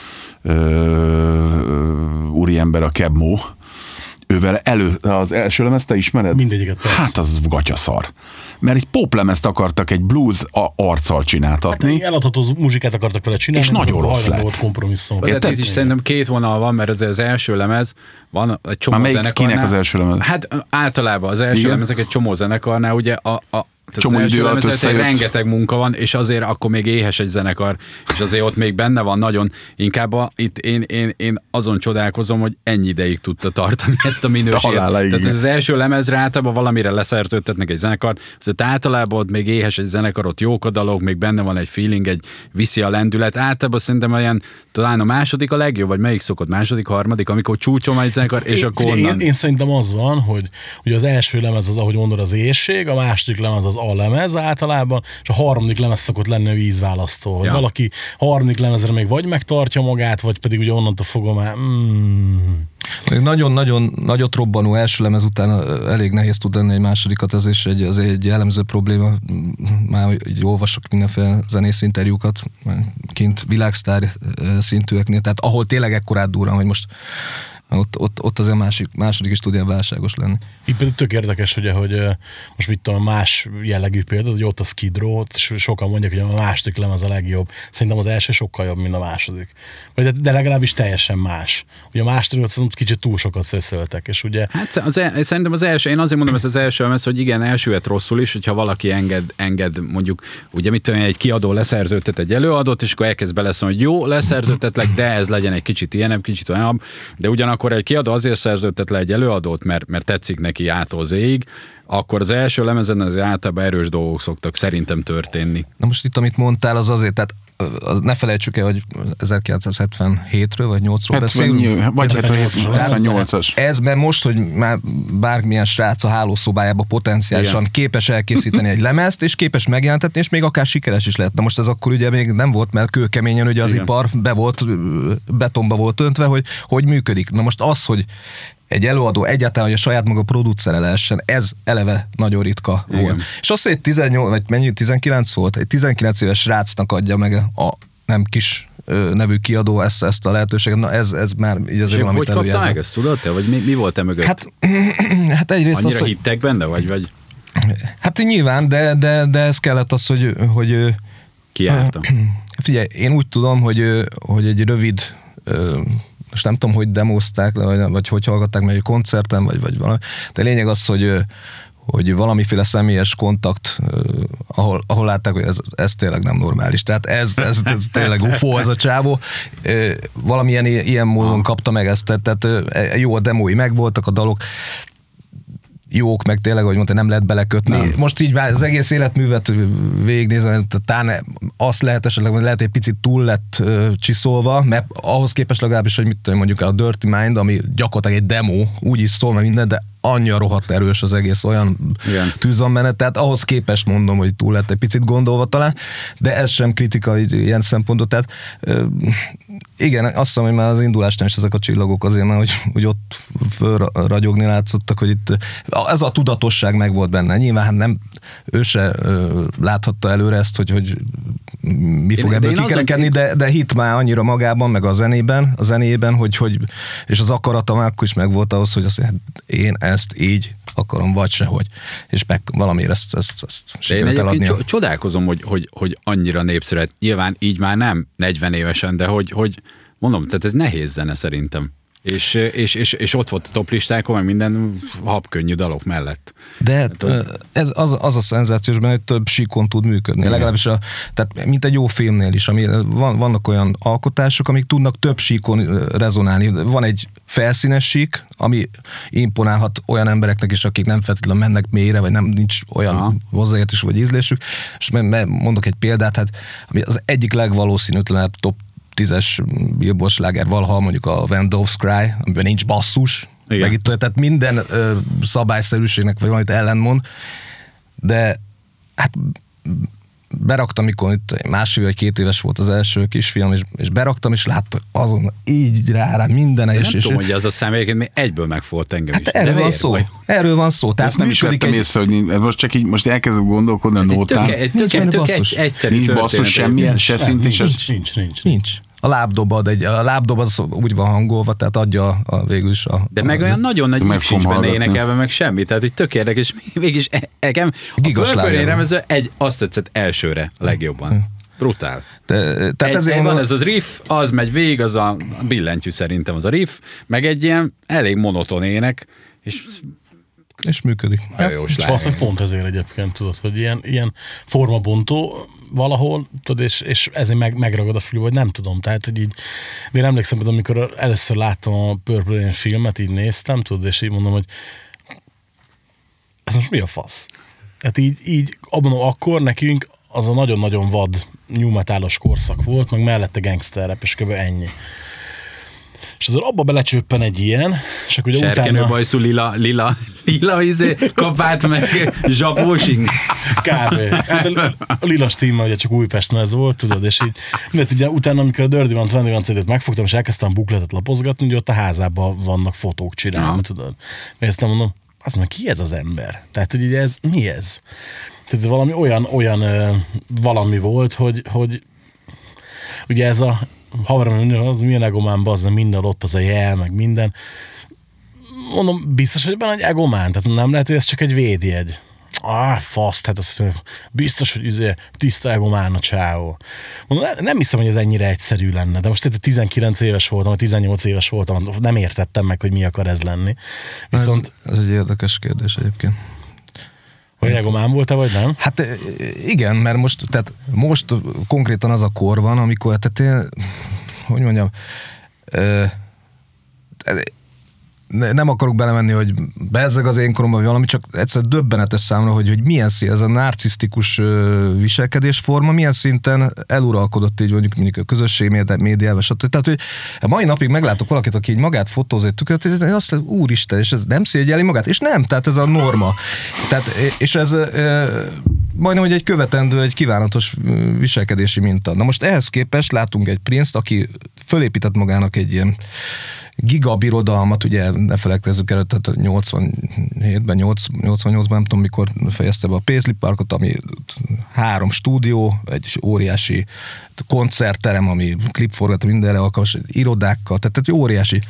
D: úriember a Keb Mo, ővel az első lemezt te ismered?
C: Mindegyiket persze.
D: Hát az gatyaszar. Mert egy poplemezt akartak egy blues arccal csináltatni.
C: Hát eladható muzsikát akartak vele csinálni.
D: És nagyon rossz lett.
C: Kompromisszum.
B: De itt is szerintem 2 vonal van, mert az első lemez van egy csomó zenekarnál.
D: Kinek az első lemez?
B: Hát általában az első lemezek egy csomó zenekarnál, ugye
D: csomó idő alatt összejött.
B: Rengeteg munka van, és azért akkor még éhes egy zenekar, és azért ott még benne van nagyon. Inkább itt én azon csodálkozom, hogy ennyi ideig tudta tartani ezt a minőséget. Tehát ez az első lemezre általában valamire leszerződtetnek egy zenekart, azért általában ott még éhes egy zenekar, ott jók a dalok, még benne van egy feeling, egy viszi a lendület. Általában szerintem olyan, talán a második a legjobb, vagy melyik szokott, második, harmadik, amikor csúcson egy zenekar, és akkor onnan...
C: Én szerintem az van, hogy ugye az első lemez az, ahogy mondod, az éhség, a második lemez az a lemez általában, és a harmadik lemez szokott lenni a vízválasztó. Hogy valaki a harmadik lemezre még vagy megtartja magát, vagy pedig ugye onnantól fogom már...
E: Nagyon-nagyon nagyot robbanó első lemez után elég nehéz tud lenni egy másodikat, ez is egy jellemző probléma. Már így olvasok mindenféle zenész interjúkat, kint világsztár szintűeknél, tehát ahol tényleg ekkorát durran, hogy most ott azért második is tud ilyen válságos lenni.
C: Itt például tök érdekes, ugye, hogy most mit tudom, más jellegű példa, hogy ott a Skid Row, és sokan mondják, hogy a második lemez a legjobb. Szerintem az első sokkal jobb, mint a második. De legalábbis teljesen más. Ugye a másodikot szerintem kicsit túl sokat szöszöltek, és ugye...
B: Hát szerintem az első, én azért mondom ezt az első lemez, hogy igen, elsőhet rosszul is, hogyha valaki enged mondjuk, ugye mit tudom, egy kiadó leszerződtet egy előadót, és akkor elkezd beleszólni, hogy jó, leszerződtetlek, de ez legyen egy kicsit ilyenebb, kicsit olyanabb, de ugyanakkor egy kiadó azért szerződtet le egy előadót, mert tetszik neki ától zéig, akkor az első lemezen az általában erős dolgok szoktak szerintem történni.
E: Na most itt, amit mondtál, az azért, tehát ne felejtsük el, hogy 1977-ről vagy 8-ról beszélünk.
D: Vagy 78-as.
E: Ez, mert most, hogy már bármilyen srác a hálószobájába potenciálisan képes elkészíteni egy lemezt, és képes megjelentetni, és még akár sikeres is lett. Na most ez akkor ugye még nem volt, mert kőkeményen ugye az ipar betonba volt öntve, hogy működik. Na most az, hogy egy előadó egyáltalán, hogy a saját maga producere lehessen, ez eleve nagyon ritka volt. És az, hogy egy 18, vagy mennyi, 19 volt, egy 19 éves srácnak adja meg a nem kis nevű kiadó ezt a lehetőséget, na ez már így azért valamit előjelzett.
B: Hogy kapta meg ezt, tudod te? Vagy mi volt mögött?
E: Hát egyrészt
B: annyira az, hittek benne, vagy?
E: Hát nyilván, de ez kellett az, hogy
B: kiálltam.
E: Figyelj, én úgy tudom, hogy egy rövid most nem tudom, hogy demozták le, vagy hogy hallgatták meg egy koncerten, vagy valami. De lényeg az, hogy valamiféle személyes kontakt, ahol látták, hogy ez tényleg nem normális. Tehát ez tényleg UFO, ez a csávó. Valamilyen ilyen módon kapta meg ezt, tehát jó, a demói megvoltak, a dalok jók, meg tényleg, hogy mondta, nem lehet belekötni. Nem. Most így már az egész életművet végignézve, talán azt lehet esetleg, hogy lehet egy picit túl lett csiszolva, mert ahhoz képest legalábbis, hogy mit tudom, mondjuk a Dirty Mind, ami gyakorlatilag egy demo, úgy is szól, meg minden, de annyira rohadt erős az egész, olyan tűz van benne, tehát ahhoz képest mondom, hogy túl lett egy picit gondolva talán, de ez sem kritika ilyen szempontot, tehát igen, azt hiszem, hogy már az indulásnál is ezek a csillagok azért már, hogy ott fölragyogni látszottak, hogy itt ez a tudatosság meg volt benne. Nyilván nem, ő se láthatta előre ezt, hogy mi fog ebből kikerekedni, de hit már annyira magában, meg a zenében, hogy és az akarata már akkor is megvolt ahhoz, hogy azt mondja, én ezt így akarom, vagy sehogy. És meg valamiért ezt sikerült eladnia.
B: Én csodálkozom, hogy annyira népszerű. Nyilván így már nem 40 évesen, de hogy mondom, tehát ez nehéz zene szerintem. És ott volt a toplistákon, meg minden habkönnyű dalok mellett.
E: De ez az a szenzációs benne, hogy több síkon tud működni. Igen. Legalábbis tehát mint egy jó filmnél is, ami vannak olyan alkotások, amik tudnak több síkon rezonálni. Van egy felszínes sík, ami imponálhat olyan embereknek is, akik nem feltétlenül mennek mélyre, vagy nincs olyan hozzáértésük vagy ízlésük. És mondok egy példát, hát ami az egyik legvalószínűtlenebb top 10-es Billboard sláger valaha, mondjuk a When Doves Cry, amiben nincs basszus, meg itt, tehát minden szabályszerűségnek vagy valamit ellentmond, de hát beraktam, mikor itt másfél vagy 2 éves volt az első kisfiam, és beraktam, és láttam, hogy azon így rá minden.
B: Nem tudom, hogy az a szám egyébként még egyből megfolt engem
E: hát is. Erről van szó.
D: Tehát nem is vettem észre, hogy most csak így most elkezdem gondolkodni a nótán.
B: Tök egyszerű
D: nincs basszus semmilyen, se szint.
E: Nincs. A lábdob az úgy van hangolva, tehát adja végül is
B: de meg olyan nagyon nagy ügy sincs benne énekelve, meg semmi, tehát hogy tök érdekes, mégis nekem a Purple remező azt tetszett elsőre legjobban. Brutál.
E: Tehát ezért
B: van ez az riff, az megy végig, az a billentyű szerintem az a riff, meg egy ilyen elég monoton ének, és
E: És működik.
C: És valószínűleg pont ezért egyébként tudod, hogy ilyen formabontó valahol, tudod, és ezért megragad a film, vagy nem tudom. Tehát, hogy így, én emlékszem, hogy amikor először láttam a Purple Rain filmet, így néztem, tudod, és így mondom, hogy ez most mi a fasz? Hát így abban akkor nekünk az a nagyon-nagyon vad new metalos korszak volt, meg mellette gangster rap, és kb. Ennyi. És azért abba belecsöppen egy ilyen, és akkor ugye
B: serkenő bajszú lila kapált meg zsapósing.
C: Kb. Hát a lila stímmel ugye csak Újpesten ez volt, tudod, és így, de ugye utána, amikor a Dirty One 21 CD-t megfogtam, és elkezdtem a bukletet lapozgatni, ugye ott a házában vannak fotók csinálni, tudod. Néztem, mondom, az meg ki ez az ember? Tehát, hogy ugye ez, mi ez? Tehát valami olyan valami volt, hogy ugye ez a haverom mondja, az milyen egomán bazd, minden ott az a jel, meg minden. Mondom, biztos, hogy benne egy egomán, tehát nem lehet, hogy ez csak egy védjegy. Fasz, tehát az biztos, hogy tiszta egomán a csávó. Mondom, nem hiszem, hogy ez ennyire egyszerű lenne, de most 19 éves voltam, vagy 18 éves voltam, nem értettem meg, hogy mi akar ez lenni. Viszont...
E: Ez egy érdekes kérdés egyébként.
C: Hogy egomán volt-e, vagy nem?
E: Hát igen, mert most konkrétan az a kor van, amikor, tehát hogy mondjam, nem akarok belemenni, hogy bezzeg az én koromban, vagy valami, csak egyszer döbbenetes számra, hogy milyen szín, ez a narcisztikus viselkedésforma, milyen szinten eluralkodott így mondjuk a közösségi médiával, stb. Tehát, hogy a mai napig meglátok valakit, aki így magát fotóz egy tükröt, és azt mondja, úristen, és ez nem szégyeli magát, és nem, tehát ez a norma. Tehát, és ez majdnem, hogy egy követendő, egy kívánatos viselkedési minta. Na most ehhez képest látunk egy Prince-t, aki fölépített magának egy ilyen gigabirodalmat, ugye ne feledkezzük el, tehát 87-ben, 88-ban, nem tudom mikor fejezte be a Paisley Parkot, ami 3 stúdió, egy óriási koncertterem, ami klipforgató mindenre alkalmas, irodákkal, tehát egy óriási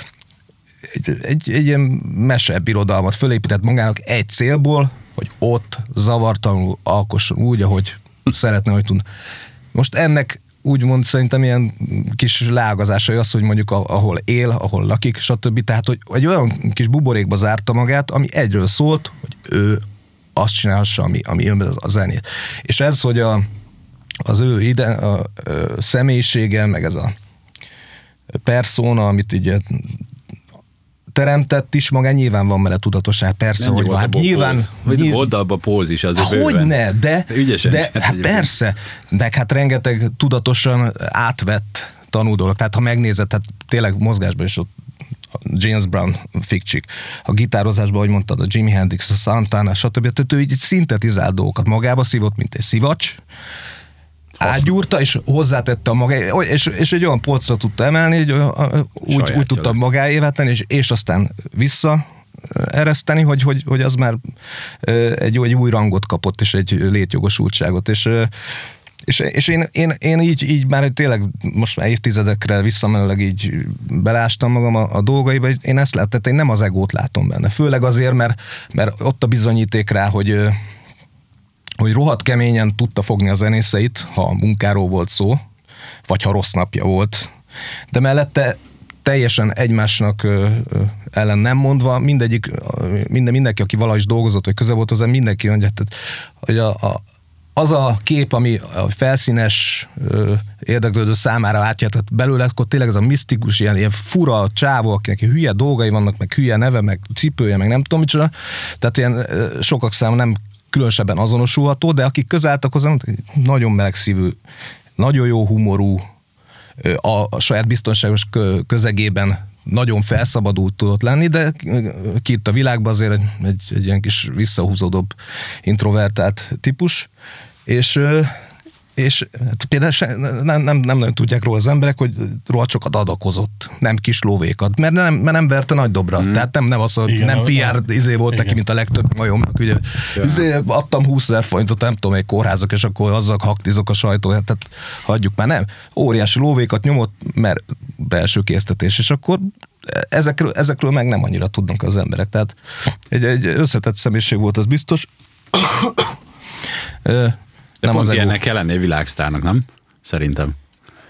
E: egy ilyen mesebirodalmat fölépített magának egy célból, hogy ott zavartalanul alkosson úgy, ahogy szeretne, hogy tud. Most ennek úgymond szerintem ilyen kis leágazásai az, hogy mondjuk ahol él, ahol lakik, stb. Tehát, hogy egy olyan kis buborékba zárta magát, ami egyről szólt, hogy ő azt csinálhassa, ami jön a zenét. És ez, hogy az ő a személyisége, meg ez a persona, amit ugye teremtett is maga, nyilván van vele tudatosság, persze,
B: nem
E: hogy van.
B: Nyilván volt abban póz is azért bőven.
E: Hogyne, de
B: ügyesen,
E: hát persze, de hát rengeteg tudatosan átvett tanú dolog. Tehát ha megnézed, hát tényleg mozgásban is ott James Brown fikcsik. A gitározásban, ahogy mondtad, a Jimi Hendrix, a Santana, stb. Tehát ő így szintetizált dolgokat magába szívott, mint egy szivacs, átgyúrta, és hozzátette a maga, és egy olyan polcra tudta emelni, hogy úgy tudta magáévá tenni, és aztán vissza ereszteni, hogy az már egy új rangot kapott, és egy létjogosultságot, és én így már tényleg most már évtizedekre visszamenőleg így belástam magam a dolgaiba, én ezt látom, én nem az egót látom benne. Főleg azért, mert ott a bizonyíték rá, hogy rohadt keményen tudta fogni a zenészeit, ha munkáról volt szó, vagy ha rossz napja volt, de mellette teljesen egymásnak ellen nem mondva, mindenki, aki valahogy is dolgozott, vagy közel volt hozzá, mindenki mondja, hogy az a kép, ami a felszínes érdeklődő számára átjött belőle, akkor tényleg ez a misztikus, ilyen fura csávó, akinek hülye dolgai vannak, meg hülye neve, meg cipője, meg nem tudom micsoda, tehát ilyen sokak számára nem különösebben azonosulható, de akik közálltak hozzá, nagyon melegszívű, nagyon jó humorú, a saját biztonságos közegében nagyon felszabadult tudott lenni, de kiírt a világba azért egy ilyen kis visszahúzódóbb, introvertált típus, és például nem nagyon tudják róla az emberek, hogy rohadt sokat adakozott, nem kis lóvékat, mert nem verte nagy dobra. Tehát nem az, hogy igen, nem PR volt neki, mint a legtöbb majomnak. Ugye, adtam 20 000 forintot, nem tudom, egy kórházak, és akkor azzal haktizok a sajtóját, tehát hagyjuk már, nem. Óriási lóvékat nyomott, mert belső késztetés, és akkor ezekről meg nem annyira tudnak az emberek. Tehát egy összetett személyiség volt, az biztos.
B: De nem pont ilyennek kell lenni világsztárnak, nem? Szerintem.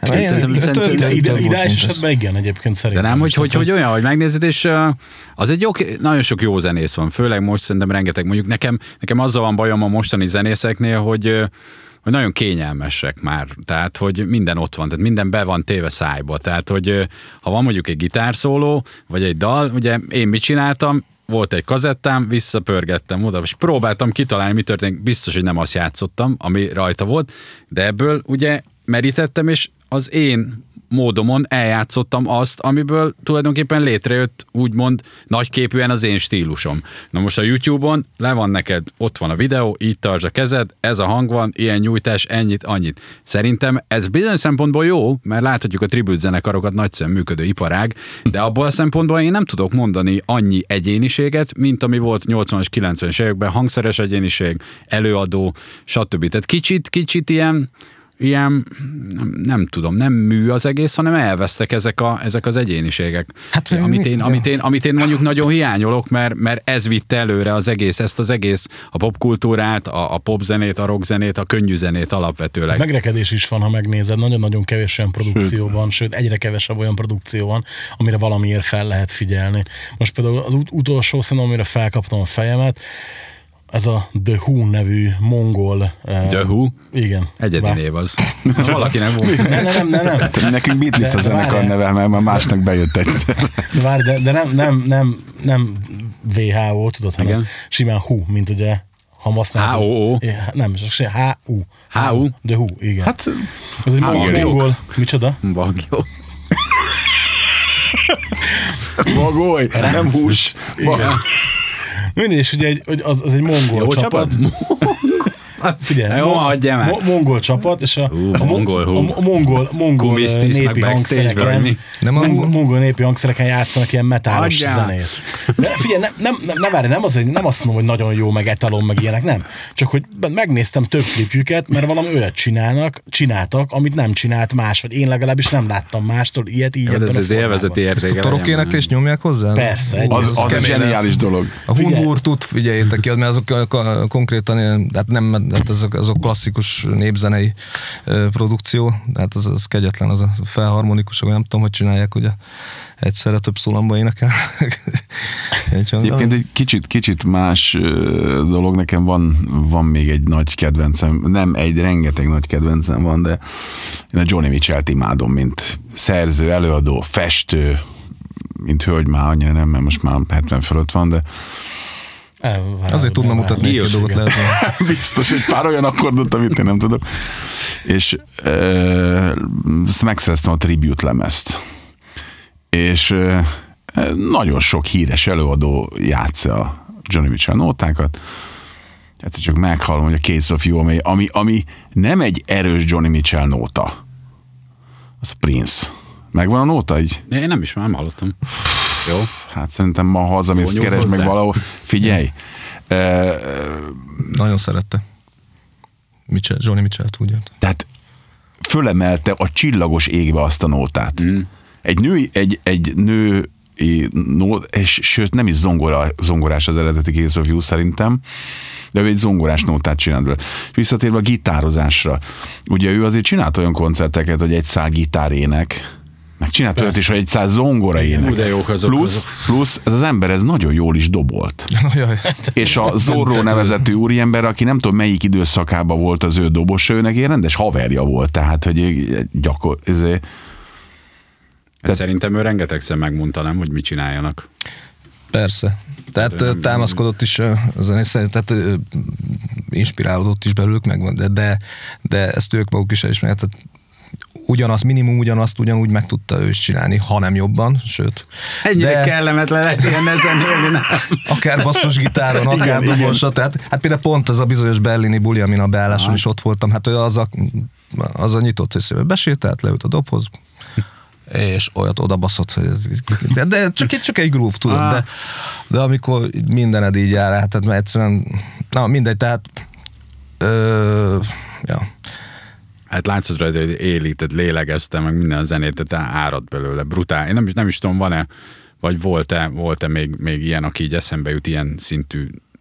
C: Ideális esetben igen, egyébként szerintem.
B: De nem, hogy olyan, hogy megnézed, és az egy jó, nagyon sok jó zenész van, főleg most szerintem rengeteg. Mondjuk nekem azzal van bajom a mostani zenészeknél, hogy nagyon kényelmesek már, tehát hogy minden ott van, tehát minden be van téve szájba, tehát hogy ha van mondjuk egy gitárszóló, vagy egy dal, ugye én mit csináltam, volt egy kazettám, visszapörgettem oda, és próbáltam kitalálni, mi történik, biztos, hogy nem azt játszottam, ami rajta volt, de ebből ugye merítettem, és az én módomon eljátszottam azt, amiből tulajdonképpen létrejött úgymond nagyképűen az én stílusom. Na most a YouTube-on le van neked, ott van a videó, így tartsd a kezed, ez a hang van, ilyen nyújtás, ennyit, annyit. Szerintem ez bizonyos szempontból jó, mert láthatjuk a tribute zenekarokat, nagyszerűen működő iparág, de abból a szempontból én nem tudok mondani annyi egyéniséget, mint ami volt 80-as, 90-es években, hangszeres egyéniség, előadó, stb. Tehát kicsit ilyen, nem tudom, nem mű az egész, hanem elvesztek ezek az egyéniségek. Hát, amit én mondjuk nagyon hiányolok, mert ez vitte előre ezt az egész, a popkultúrát, a popzenét, a rockzenét, a könnyűzenét alapvetőleg.
C: Megrekedés is van, ha megnézed, nagyon-nagyon kevés olyan produkció van, sőt egyre kevesebb olyan produkció van, amire valamiért fel lehet figyelni. Most például az utolsó szerintem, amire felkaptam a fejemet, ez a The Who nevű mongol...
B: The Who?
C: Igen.
B: Egyedi név az. Valakinek volt.
C: Nem.
D: Nekünk Beatles a zenekar neve, mert már másnak bejött egyszer.
C: De nem WHO, tudod, hanem igen. Simán Who, mint ugye ha használod.
B: H-O-O.
C: Nem, csak H-U.
B: H-U?
C: The Who, igen.
D: Hát,
C: ez egy mongol... Micsoda?
B: Bagyok.
C: Bagoly,
D: nem hús.
C: Mindegy, és ugye az egy mongol
B: jó
C: csapat. Figyelj, mongol csapat, és a mongol népi hangszereken, mongol népi hangszereken játszanak ilyen metálos zenét. De figyelj, nem azt mondom, hogy nagyon jó, meg etalon, meg ilyenek, nem. Csak, hogy megnéztem több klipjüket, mert valami olyat csináltak, amit nem csinált más, vagy én legalábbis nem láttam mástól ilyet, így ebben
B: ez élvezeti értéke.
E: A torokéneklést nyomják hozzá?
C: Persze.
D: Az egy zseniális dolog.
E: A Hunburtut figyeljétek ki, mert azok konkrétan, hát nem, hát azok klasszikus népzenei produkció, hát az kegyetlen, az a felharmonikusok, nem tudom, hogy csinálják, ugye egyszerre több szólamban énekel.
D: Egyébként egy kicsit más dolog, nekem van még egy nagy kedvencem, rengeteg nagy kedvencem van, de én a Joni Mitchellt imádom, mint szerző, előadó, festő, mint hölgy már annyira nem, mert most már 70 fölött van, de
E: azért tudna mutatni egy dolgot lehet.
D: Biztos, egy pár olyan akkordot, amit én nem tudok. És ezt megszereztem a tribute lemezt. És nagyon sok híres előadó játsza a Joni Mitchell nótákat. Egyszer csak meghallom, hogy a Case of You, ami nem egy erős Joni Mitchell nóta. Az a Prince. Megvan a nóta így?
B: Én nem hallottam. Jó.
D: Hát szerintem ma hazamész, keresd meg valahol. Figyelj!
E: Nagyon szerette. Joni Mitchell-t, ugye?
D: Tehát fölemelte a csillagos égbe azt a nótát. Egy nő és sőt nem is zongorás az eredeti Case of You szerintem, de ő egy zongorás nótát csinált belőle. Visszatérve a gitározásra, ugye ő azért csinált olyan koncerteket, hogy egy szál gitárének, meg csinált olyat is, hogy egy szál zongora ének. Plusz ez az ember, ez nagyon jól is dobolt. És a Zorro nevezetű úriember, aki nem tudom melyik időszakában volt az ő dobos, őnek ilyen rendes haverja volt, tehát, hogy
B: Szerintem ő rengetegszer megmondta, nem, hogy mit csináljanak.
E: Persze. Tehát támaszkodott is a zenész, tehát inspirálódott is belőlük, de ezt ők maguk is elismerik. Ugyanúgy meg tudta ő is csinálni, ha nem jobban, sőt.
B: Ennyire kellemetlen lehet ilyen zenélni, nem?
E: Akár basszusgitáron, akár dobosra, tehát hát például pont az a bizonyos berlini buli, amin a beálláson is ott voltam, hát az a nyitott részével besétált, leült a dobhoz, és olyat odabaszott, hogy de csak egy groove, tudod, de amikor mindened így jár, hát egyszerűen, mindegy, tehát
B: Hát látszott rajta, hogy élik, tehát lélegezte, meg minden a zenét, tehát árad belőle, brutál. Én nem is tudom, van-e, vagy volt-e még ilyen, aki így eszembe jut ilyen szintű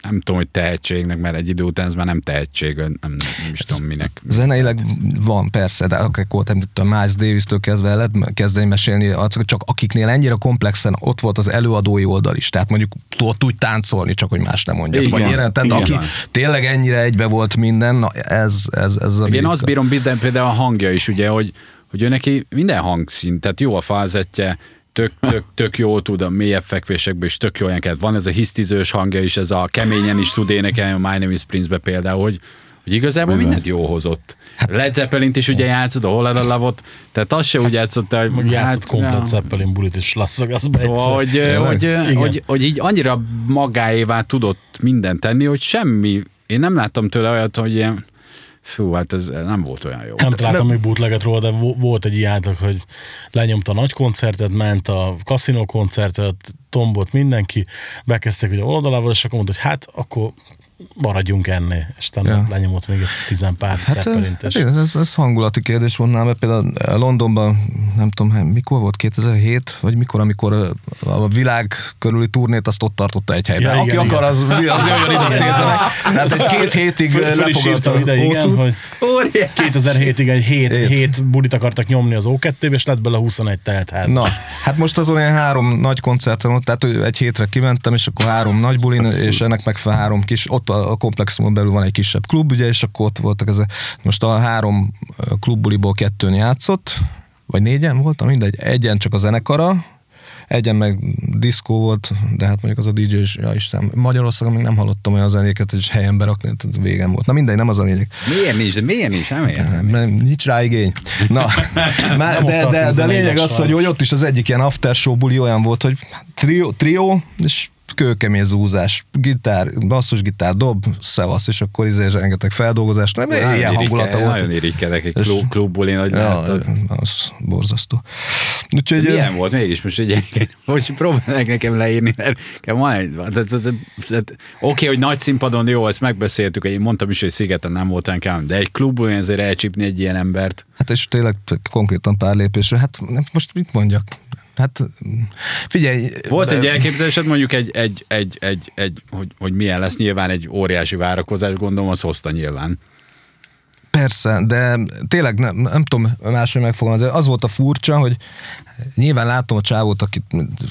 B: nem tudom, hogy tehetségnek, mert egy idő után ez már nem tehetség, nem is tudom minek.
E: Zeneileg van, persze, de akkor a Miles Davis-től kezdve lehet kezdeni mesélni, csak akiknél ennyire komplexen ott volt az előadói oldal is, tehát mondjuk tudott úgy táncolni, csak hogy más nem mondjak. Vagy ilyen, tehát aki tényleg ennyire egybe volt minden, na ez a
B: én azt bírom például a hangja is, ugye, hogy ő neki minden hangszín, tehát jó a falzettje, tök jól tud a mélyebb fekvésekből is, tök jó olyanket. Van ez a hisztizős hangja is, ez a keményen is tud énekelni, a My Name is Prince-be például, hogy igazából mindent jó hozott. Led Zeppelint is ugye játszott, a Hol a Love-ot, tehát azt se úgy játszott, hogy...
C: Játszott komplet Zeppelin bulit is Las Vegasba
B: egyszer. Hogy így annyira magáévá tudott mindent tenni, hogy semmi, én nem láttam tőle olyat, hogy ilyen fú, hát ez nem volt olyan jó.
C: Nem láttam még bootleget róla, de volt egy ilyen, hogy lenyomta a nagy koncertet, ment a kaszinó koncertet, tombot mindenki, bekezdtek ugye oldalával, és akkor mondta, hogy hát akkor maradjunk enni, és lenyomott még egy 10 pár Zeppelint.
E: Ez hangulati kérdés volt nálam, például Londonban, nem tudom, mikor volt, 2007, vagy mikor, amikor a világ körüli turnét azt ott tartotta egy helyben. Aki akar, az jöjjön ide, azt nézze meg. Tehát 2 hétig lefogadta
C: ide, igen, hogy 2007-ig egy 7 bulit akartak nyomni az O2-be, és lett bele 21 teltház.
E: Na, hát most azon ilyen 3 nagy koncerten ott, tehát egy hétre kimentem, és akkor 3 nagy bulin, és ennek megfelelően 3 kis, ott a komplexumon belül van egy kisebb klub, ugye, és akkor ott voltak most a 3 klubbuliból 2-n játszott, vagy 4-en voltam, mindegy, egyen csak a zenekara, egyen meg diszkó volt, de hát mondjuk az a DJ is, ja Isten, Magyarországon még nem hallottam olyan zenéket, hogy helyen berakni, tehát végem volt. Na mindegy, nem az a lényeg.
B: Miért nincs? Nem értem.
E: Nincs rá igény. Na, de a lényeg az, hogy ott is az egyik ilyen after show buli olyan volt, hogy trio és kőkemény zúzás, gitár, basszusgitár, dob, szevasz, és akkor rengeteg feldolgozás. Ilyen hangulata volt.
B: Nagyon irigykedek egy klubból, én
E: az borzasztó. Úgyhogy,
B: milyen volt mégis most, hogy próbálják nekem leírni, mert van egy, oké, hogy nagy színpadon jó, ezt megbeszéltük, én mondtam is, hogy Szigeten nem volt nekem, de egy klubból ezért elcsípni egy ilyen embert.
E: Hát és tényleg konkrétan pár lépésre, hát most mit mondjak? Hát figyelj...
B: Volt egy elképzelésed, mondjuk hogy milyen lesz, nyilván egy óriási várakozás, gondolom, az hozta nyilván.
E: Persze, de tényleg nem tudom máshogy megfogalmazni. Az volt a furcsa, hogy nyilván látom a csávót, akit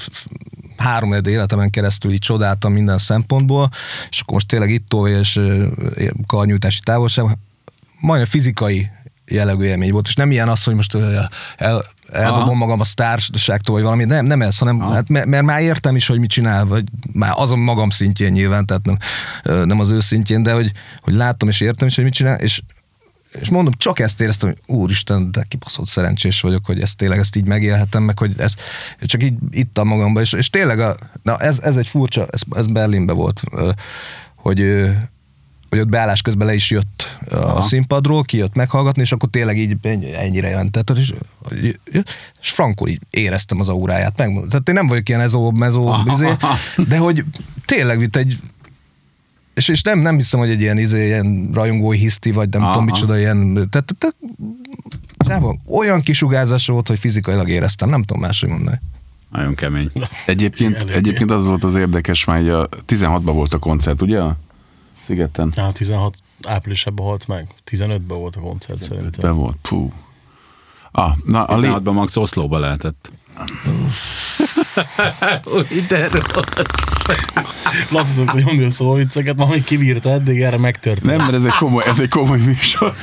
E: 3 életemen keresztül így csodáltam minden szempontból, és akkor most tényleg itt és karnyújtási távolság, majdnem fizikai jellegű élmény volt, és nem ilyen az, hogy most eldobom magam a sztárságtól, vagy valami, nem ez, hanem hát, mert már értem is, hogy mit csinál, vagy már azon magam szintjén nyilván, tehát nem az ő szintjén, de hogy látom és értem is, hogy mit csinál, és mondom, csak ezt éreztem, hogy úristen, de kibaszott szerencsés vagyok, hogy ezt így megélhetem, meg hogy ezt csak így ittam magamba, és tényleg ez egy furcsa, ez Berlinben volt, hogy ott beállás közben le is jött a színpadról, kijött meghallgatni, és akkor tényleg így ennyire jelentett, és frankul így éreztem az auráját. Tehát én nem vagyok ilyen mezó, de hogy tényleg itt egy, és nem hiszem, hogy egy ilyen rajongói hiszti, vagy nem tudom micsoda ilyen, tehát olyan kisugárzás volt, hogy fizikailag éreztem, nem tudom máshogy mondani.
B: Nagyon kemény.
D: Egyébként az volt az érdekes, már a 16-ban volt a koncert, ugye? Szigeten.
C: 16 áprilisában halt meg. 15-ben volt a koncert szerintem.
D: 15-ben volt, puh.
B: 16-ban max Oszlóba lehetett.
C: Laci szokta nyomni a szóvicceket, ma még kibírta eddig, erre megtört.
D: Nem, mert ez egy komoly műsor.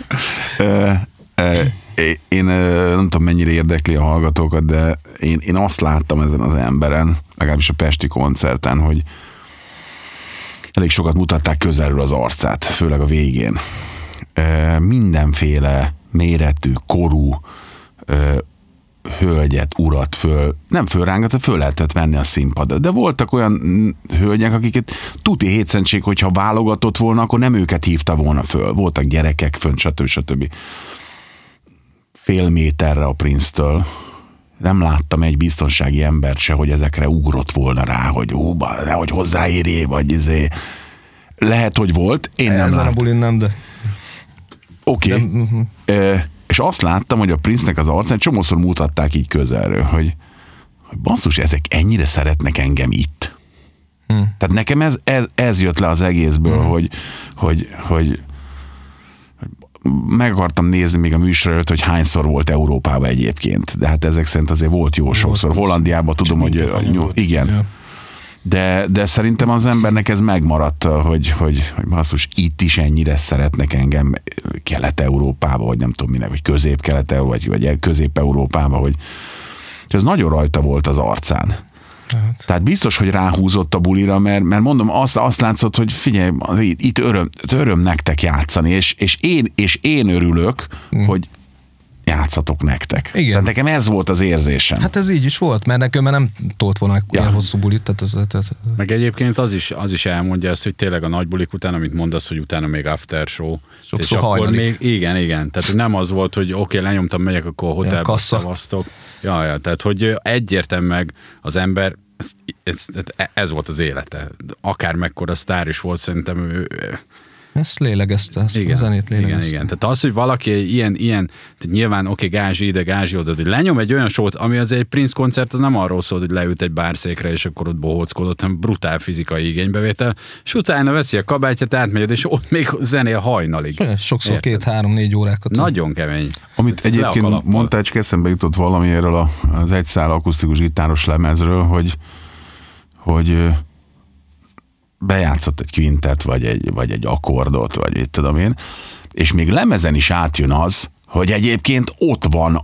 D: Én nem tudom, mennyire érdekli a hallgatókat, de én azt láttam ezen az emberen, legalábbis a pesti koncerten, hogy elég sokat mutatták közelről az arcát, főleg a végén. Mindenféle méretű, korú hölgyet, urat nem fölrángat, föl lehetett menni a színpadra. De voltak olyan hölgyek, akiket tuti hétszentség, hogyha válogatott volna, akkor nem őket hívta volna föl. Voltak gyerekek fönt, stb. Fél méterre a Prince-től. Nem láttam egy biztonsági embert se, hogy ezekre ugrott volna rá, hogy nehogy hozzáérjé, vagy lehet, hogy volt, én nem láttam.
E: Ezen a bulin nem, de...
D: Oké. És azt láttam, hogy a Prince-nek az arcán csomószor mutatták így közelről, hogy basszus, ezek ennyire szeretnek engem itt. Tehát Tehát nekem ez jött le az egészből, hogy meg akartam nézni még a műsor előtt, hogy hányszor volt Európában egyébként. De hát ezek szerint azért volt jó sokszor. Hollandiában tudom, hogy igen. Ja. De szerintem az embernek ez megmaradt, hogy basszus, itt is ennyire szeretnek engem Kelet-Európába, vagy nem tudom minek, vagy Közép-Kelet-Európába, vagy Közép-Európába, hogy ez nagyon rajta volt az arcán. Tehát biztos, hogy ráhúzott a bulira, mert mondom, azt látszott, hogy figyelj, itt öröm nektek játszani, és én örülök, hogy játszatok nektek. Igen. Tehát nekem ez volt az érzésem.
E: Hát ez így is volt, mert nekem nem tolt volna ilyen hosszú bulit. Tehát
B: meg egyébként az is elmondja ezt, hogy tényleg a nagy bulik után, amit mondasz, hogy utána még after show.
E: Sokszor
B: és akkor még, igen. Tehát nem az volt, hogy oké, lenyomtam, megyek, akkor a hotelbe szavaztok. Ja, tehát hogy egyértelműen meg az ember, ez volt az élete. Akár mekkora sztár is volt, szerintem ő
E: ezt lélegezte, a zenét lélegezte.
B: Igen. Tehát az, hogy valaki ilyen tehát nyilván gázsi ide, gázsi oda, hogy lenyom egy olyan sót, ami az egy Prince koncert, az nem arról szólt, hogy leült egy bárszékre, és akkor ott bohóckodott, hanem brutál fizikai igénybevétel, és utána veszi a kabátját, átmegy, és ott még zenél hajnalig.
E: Sokszor 2-3-4 órákat.
B: Nagyon kemény.
D: Amit egyébként mondtál, csak eszembe jutott valami erről az egyszál akusztikus gitáros lemezről, hogy bejátszott egy quintet, vagy egy akkordot, vagy itt tudom én, és még lemezen is átjön az, hogy egyébként ott van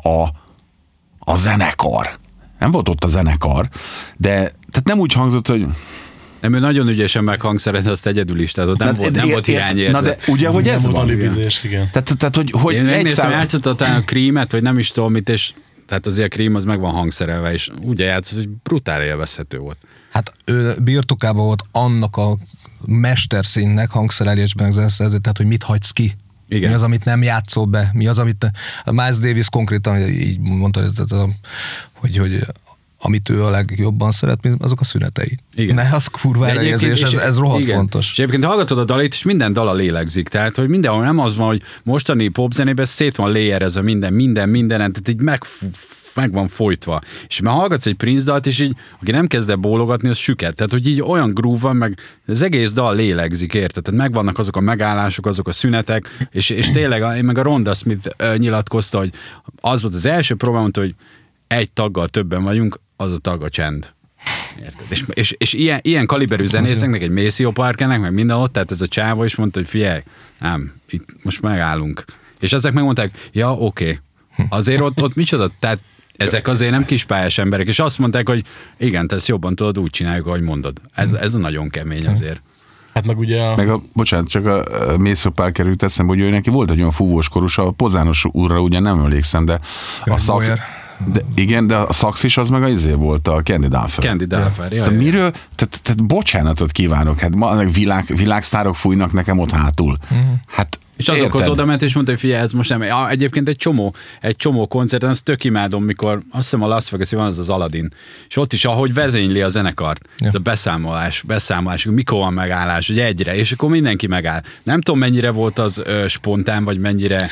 D: a zenekar. Nem volt ott a zenekar, de tehát nem úgy hangzott, hogy...
B: Nem, ő nagyon ügyesen meghangszerelt, azt egyedül is, tehát ott nem volt hiányérzet.
D: Na de ugye, hogy ez van.
C: Igen.
D: Tehát, hogy
B: én megnéztem, játszott a Creamet, vagy nem is tudom mit, és tehát azért a Cream az meg van hangszerelve, és ugye játszott, hogy brutál élvezhető volt. Hát
E: ő birtokában volt annak a mesterszínnek hangszerelésben, tehát hogy mit hagysz ki. Igen. Mi az, amit nem játszol be, mi az, amit... Miles Davis konkrétan így mondta, hogy amit ő a legjobban szeret, azok a szünetei. Igen. Mert az kurvára érzés, ez rohadt fontos.
B: És egyébként hallgatod a dalét, és minden dala lélegzik. Tehát, hogy mindenhol nem az van, hogy mostani popzenében szét van layerezve minden, tehát így meg van folytva. És már hallgatsz egy Prince dalt, és így, aki nem kezd el bólogatni, az süket. Tehát, hogy így olyan groove van, meg az egész dal lélegzik, érted? Tehát megvannak azok a megállások, azok a szünetek, és tényleg, meg a Rhonda Smith nyilatkozta, hogy az volt az első próbám, hogy egy taggal többen vagyunk, az a tag a csend. Érted? És ilyen kaliberű zenészeknek, egy Maceo Parkernek, meg minden ott, tehát ez a csávó is mondta, hogy figyelj, nem, itt most megállunk. És ezek megmondták, ja, oké. Azért ott micsoda, tehát ezek azért nem kispályás emberek, és azt mondták, hogy igen, te ezt jobban tudod, úgy csináljuk, ahogy mondod. Ez a nagyon kemény azért.
C: Hát meg ugye
D: bocsánat, csak a Maceo Parker jut eszembe, hogy ő neki volt egy olyan fúvós korus, a Pozános úrra ugye nem emlékszem, de a szax... De a szax is az meg az volt, a Candy Dulfer.
B: Candy Dulfer,
D: szóval miről, tehát bocsánatot kívánok, hát ma világsztárok fújnak nekem ott hátul. Hát
B: és azokhoz oda ment, és mondta, hogy figyelj, ez most nem. Egyébként egy csomó koncerten, azt tök imádom, mikor azt hiszem a Las Vegas-i van az Aladdin, és ott is, ahogy vezényli a zenekart, ez a beszámolás, mikor van megállás, hogy egyre, és akkor mindenki megáll. Nem tudom, mennyire volt az spontán, vagy mennyire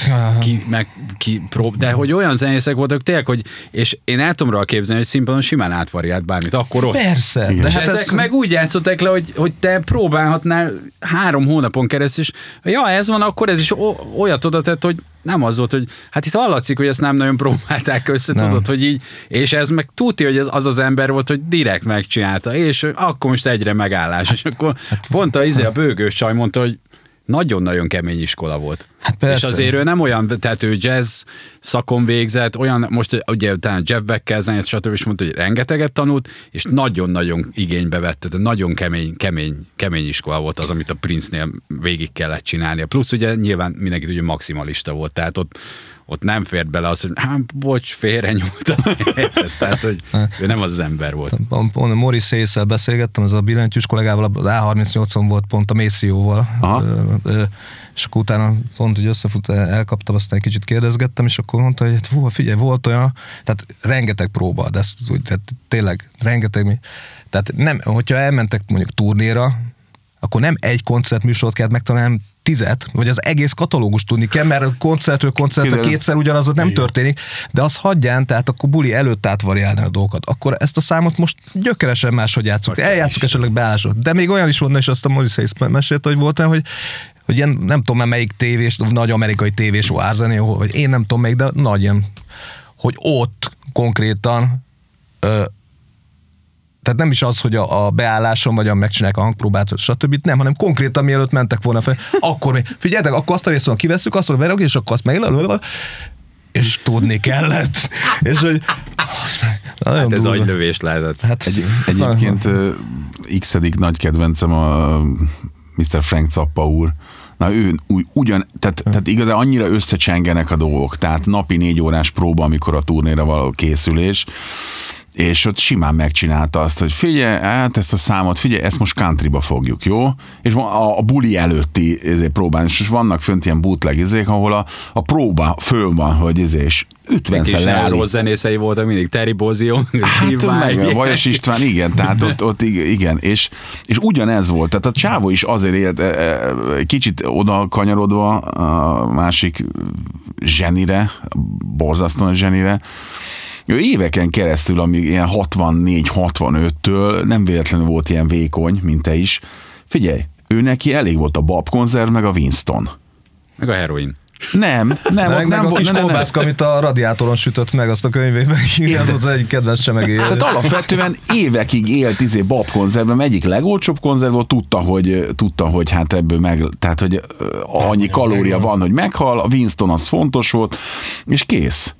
B: de hogy olyan zenészek voltak tényleg, hogy, és én el tudom rá képzelni, hogy színpadon simán átvariált bármit, akkor ott.
E: Persze.
B: De hát ezek meg úgy játszották le, hogy te próbálhatnál 3 hónapon keresztül, és ja, ez van, akkor ez is olyat oda tett, hogy nem az volt, hogy hát itt hallatszik, hogy ezt nem nagyon próbálták össze, tudod, hogy így, és ez meg tudja, hogy ez az ember volt, hogy direkt megcsinálta, és akkor most egyre megállás, és akkor pont a bőgős csaj mondta, hogy nagyon-nagyon kemény iskola volt.
E: Hát
B: és azért ő nem olyan, tehát ő jazz szakon végzett, olyan, most ugye utána Jeff Beckkel zenész, stb. És mondta, hogy rengeteget tanult, és nagyon-nagyon igénybe vette, tehát nagyon kemény iskola volt az, amit a Prince-nél végig kellett csinálnia. Plusz ugye nyilván mindenki ugye maximalista volt, tehát ott nem fért bele az, hogy bocs, félrenyúltam. Tehát, hogy ő nem az ember volt.
E: Morris Hayes-szel beszélgettem, ez a billentyűs kollégával, az A38-on volt pont a Maceo-val. És akkor utána pont, hogy elkaptam, aztán egy kicsit kérdezgettem, és akkor mondta, hogy figyelj, volt olyan, tehát rengeteg próba, de ezt úgy, tehát tényleg rengeteg, tehát nem, hogyha elmentek mondjuk turnéra, akkor nem egy koncertműsort kellett megtalálni, 10, vagy az egész katalógus tudni kell, mert koncertről koncertre kétszer ugyanaz nem történik, de az hagyján, tehát akkor buli előtt átvariálni a dolgokat. Akkor ezt a számot most gyökeresen máshogy játszunk. Eljátszuk esetleg beállásot. De még olyan is volt, és azt a Morris Hayes mesélte, hogy volt, hogy ilyen, nem tudom már melyik tévés, nagy amerikai tévés árzené, vagy én nem tudom melyik, de nagy ilyen, hogy ott konkrétan tehát nem is az, hogy a beálláson vagy megcsinálják a hangpróbát, stb. Nem, hanem konkrétan mielőtt mentek volna fel. Akkor még, figyeljetek, akkor azt a részt kivesszük, azt mondom, és akkor azt meg és tudni kellett. És hogy
B: hát ez agylövés lehetett.
D: Hát, egyébként x-edik nagy kedvencem a Mr. Frank Zappa úr. Na ő tehát igazán annyira összecsengenek a dolgok, tehát napi 4 órás próba, amikor a turnéra való készülés, és ott simán megcsinálta azt, hogy figyelj, hát ezt a számot, figyelj, ezt most countryba fogjuk, jó? És a buli előtti próbán, és vannak fönt ilyen bootleg ahol a próba föl van, hogy és 50-szer leállít.
B: Rossz zenészei voltak mindig, Terry Bozzio, Steve Vai.
D: Vajos István, igen, tehát ott igen, és ugyanez volt, tehát a csávó is azért élt, kicsit oda kanyarodva a másik zsenire, borzasztóan zsenire, ő éveken keresztül, amíg ilyen 64-65-től nem véletlenül volt ilyen vékony, mint te is. Figyelj, ő neki elég volt a babkonzerv, meg a Winston.
B: Meg a heroin.
D: Nem
E: a kis kolbászka, amit a radiátoron sütött meg, azt a könyvében írja, az az egyik kedves csemegéje.
D: Tehát alapvetően évekig élt babkonzervben, egyik legolcsóbb konzerv volt, tudta, hogy hát ebből tehát hogy annyi kalória van, hogy meghal, a Winston az fontos volt, és kész.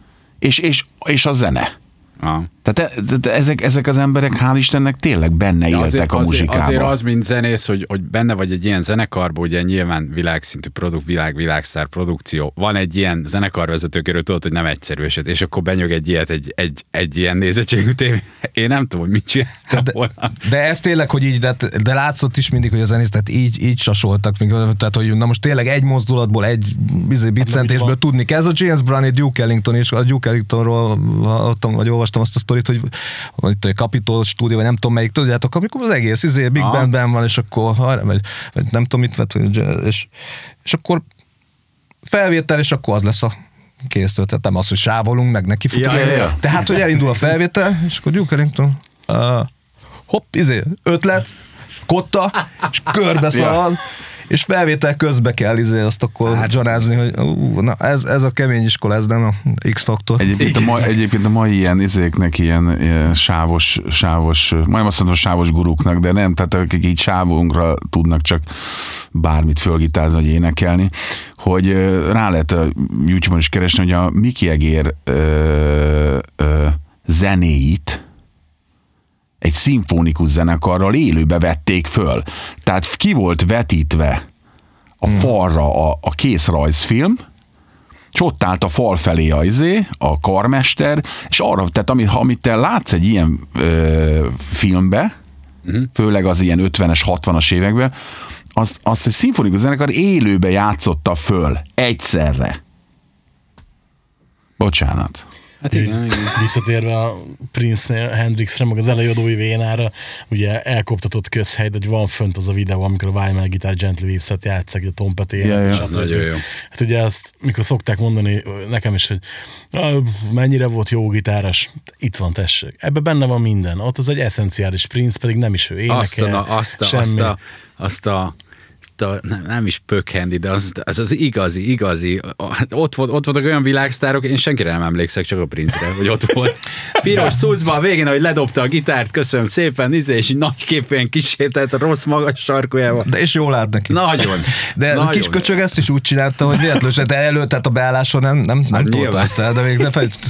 D: És a zene. Tehát ezek az emberek, hál' Istennek, tényleg benne éltek a muzsikában.
B: Azért az, mint zenész, hogy benne vagy egy ilyen zenekarban, ugye nyilván világszintű világsztár produkció. Van egy ilyen zenekarvezetőkéről, tudod, hogy nem egyszerű eset, és akkor benyög egy ilyet, egy ilyen nézettségű tévé. Én nem tudom, hogy mit csináltam volna.
E: De ez tényleg, hogy így, de látszott is mindig, hogy a zenész, tehát így sasoltak, tehát hogy na most tényleg egy mozdulatból, egy biccentésből tudni kell. Ez a James Brown, egy Duke Ellington, és a Duke Ellingtonról vagy olvastam azt a sztorit, hogy itt a Capitol stúdió, vagy nem tudom melyik, tudjátok, amikor az egész Big Bandben van, és akkor vagy nem tudom mit vett, és akkor felvétel, és akkor az lesz a késztől. Tehát nem az, hogy sávolunk, meg neki futunk. Ja. Tehát, hogy elindul a felvétel, és akkor Duke Ellington, hopp, ötlet, kotta, és körbe szalad, és felvétel közbe kell azt akkor zsarázni, hogy na ez a kemény iskola, ez nem a X-faktor.
D: Egyébként a mai ilyen ilyen sávos, majdnem azt mondom sávos guruknak, de nem, tehát akik így sávunkra tudnak csak bármit fölgitázni, vagy énekelni, hogy rá lehet a YouTube-on is keresni, hogy a Mickey Egér zenéit egy szimfonikus zenekarral élőbe vették föl. Tehát ki volt vetítve a falra a készrajzfilm, és ott állt a fal felé a karmester, és arra, tehát amit te látsz egy ilyen filmbe, főleg az ilyen 50-es, 60-as években, az egy szimfonikus zenekar élőbe játszotta föl egyszerre. Bocsánat.
B: Hát igen.
C: Visszatérve a Prince-nél, Hendrixre, meg az előadói vénára, ugye elkoptatott közhely, de van fönt az a videó, amikor a Wyman Guitar Gently Weeps-et játsszák, a trompetének.
B: Ez nagyon jó.
C: Hát ugye azt, mikor szokták mondani nekem is, hogy mennyire volt jó gitáros, itt van, tessék. Ebben benne van minden. Ott az egy eszenciális Prince, pedig nem is ő énekel, semmi.
B: Nem is pökhendi, de az igazi. Ott voltak olyan világsztárok, én senkire nem emlékszek, csak a Prince-re, hogy ott volt. Piros szucba a végén, ahogy ledobta a gitárt, köszönöm szépen, és így nagyképpen kisételt a rossz magas sarkójával.
E: De és jól lát neki.
B: Nagyon.
E: De a kis köcsög ezt is úgy csinálta, hogy véletlenül, de előtt, tehát a beálláson nem tolta ezt el, de még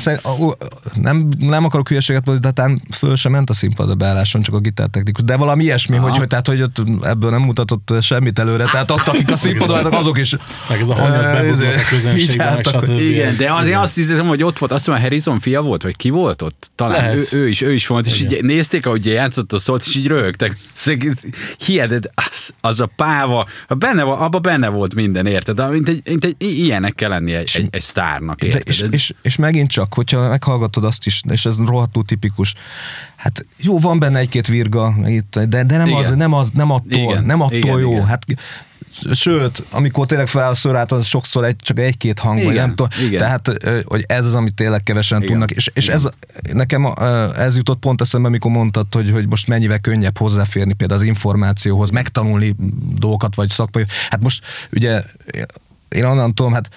E: nem akarok hülyeséget mondani, de talán föl sem ment a színpad a beálláson, csak a gitártechnikus. De valami ilyesmi, hogy ott ebből nem mutatott semmit előre, tehát ott, akik a színpadon álltak, azok is.
C: Meg ez a hanyas bebudult a közönségben, meg stb.
B: Igen, de azért azt hiszem, hogy ott volt, azt mondom, Harrison fia volt, vagy ki volt ott? Talán ő is volt, és így nézték, ahogy játszott a szót, és így röhögtek. Hiheted, az a páva, abban benne volt minden, érted? Mint egy ilyenek kell lenni egy sztárnak, érted?
E: És megint csak, hogyha meghallgatod azt is, és ez rohadtul tipikus, hát jó, van benne egy-két virga, de nem attól jó. Hát Sőt, amikor tényleg feláll a szőrát, az sokszor csak egy-két hang, vagy nem tudom. Tehát, hogy ez az, amit tényleg kevesen tudnak. És ez, nekem ez jutott pont eszembe, amikor mondtad, hogy most mennyivel könnyebb hozzáférni például az információhoz, megtanulni dolgokat, vagy szakmai. Hát most ugye én onnan tudom, hát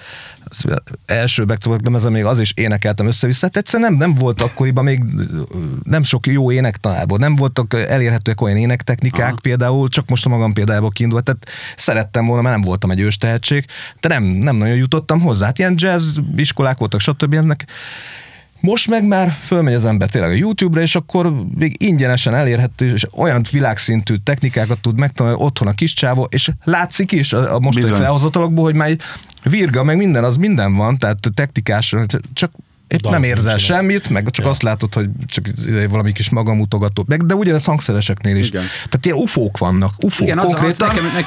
E: első back-to-back még az is énekeltem össze-vissza, hát egyszerűen nem volt akkoriban még nem sok jó énektanárból, nem voltak elérhetőek olyan énektechnikák például, csak most a magam példából kiindult, tehát szerettem volna, mert nem voltam egy ős tehetség, de nem nagyon jutottam hozzá. Hát ilyen jazz iskolák voltak, stb. Ennek. Most meg már fölmegy az ember tényleg a YouTube-ra, és akkor még ingyenesen elérhető, és olyan világszintű technikákat tud megtanulni otthon a kis csávó, és látszik is a mostani felhozatalokból, hogy már virga, meg minden, az minden van, tehát technikás, csak épp nem érzel semmit, meg csak azt látod, hogy csak valami kis magamutogató. De ugyanez hangszereseknél is. Igen. Tehát ilyen ufók vannak. Ufók konkrétan,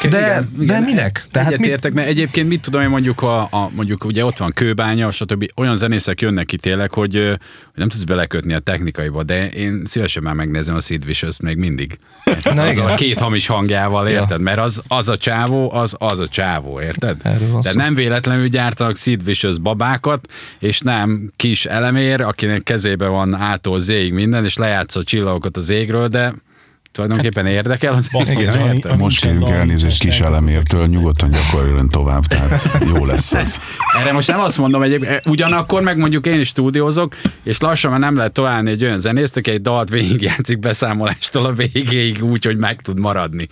E: de minek?
B: Egyetértek, mert egyébként mit tudom én mondjuk ugye ott van Kőbánya, stb. Olyan zenészek jönnek ki tényleg, hogy nem tudsz belekötni a technikaiba, de én szívesen már megnézem a Sid Vicious még mindig. Az a két hamis hangjával, érted? Mert az a csávó, az a csávó, érted? De nem véletlenül gyártanak Sid Vicious babákat, és nem kis elemér, akinek kezében van A-tól Z-ig minden, és lejátszott csillagokat az égről, de tulajdonképpen érdekel.
D: Most kérünk elnézést Kis Elemértől, nyugodtan gyakoroljon tovább, tehát jó lesz ez.
B: Erre most nem azt mondom, hogy ugyanakkor meg mondjuk én is stúdiózok, és lassan már nem lehet találni egy olyan zenészt, aki egy dalt végigjátszik beszámolástól a végéig úgy, hogy meg tud maradni.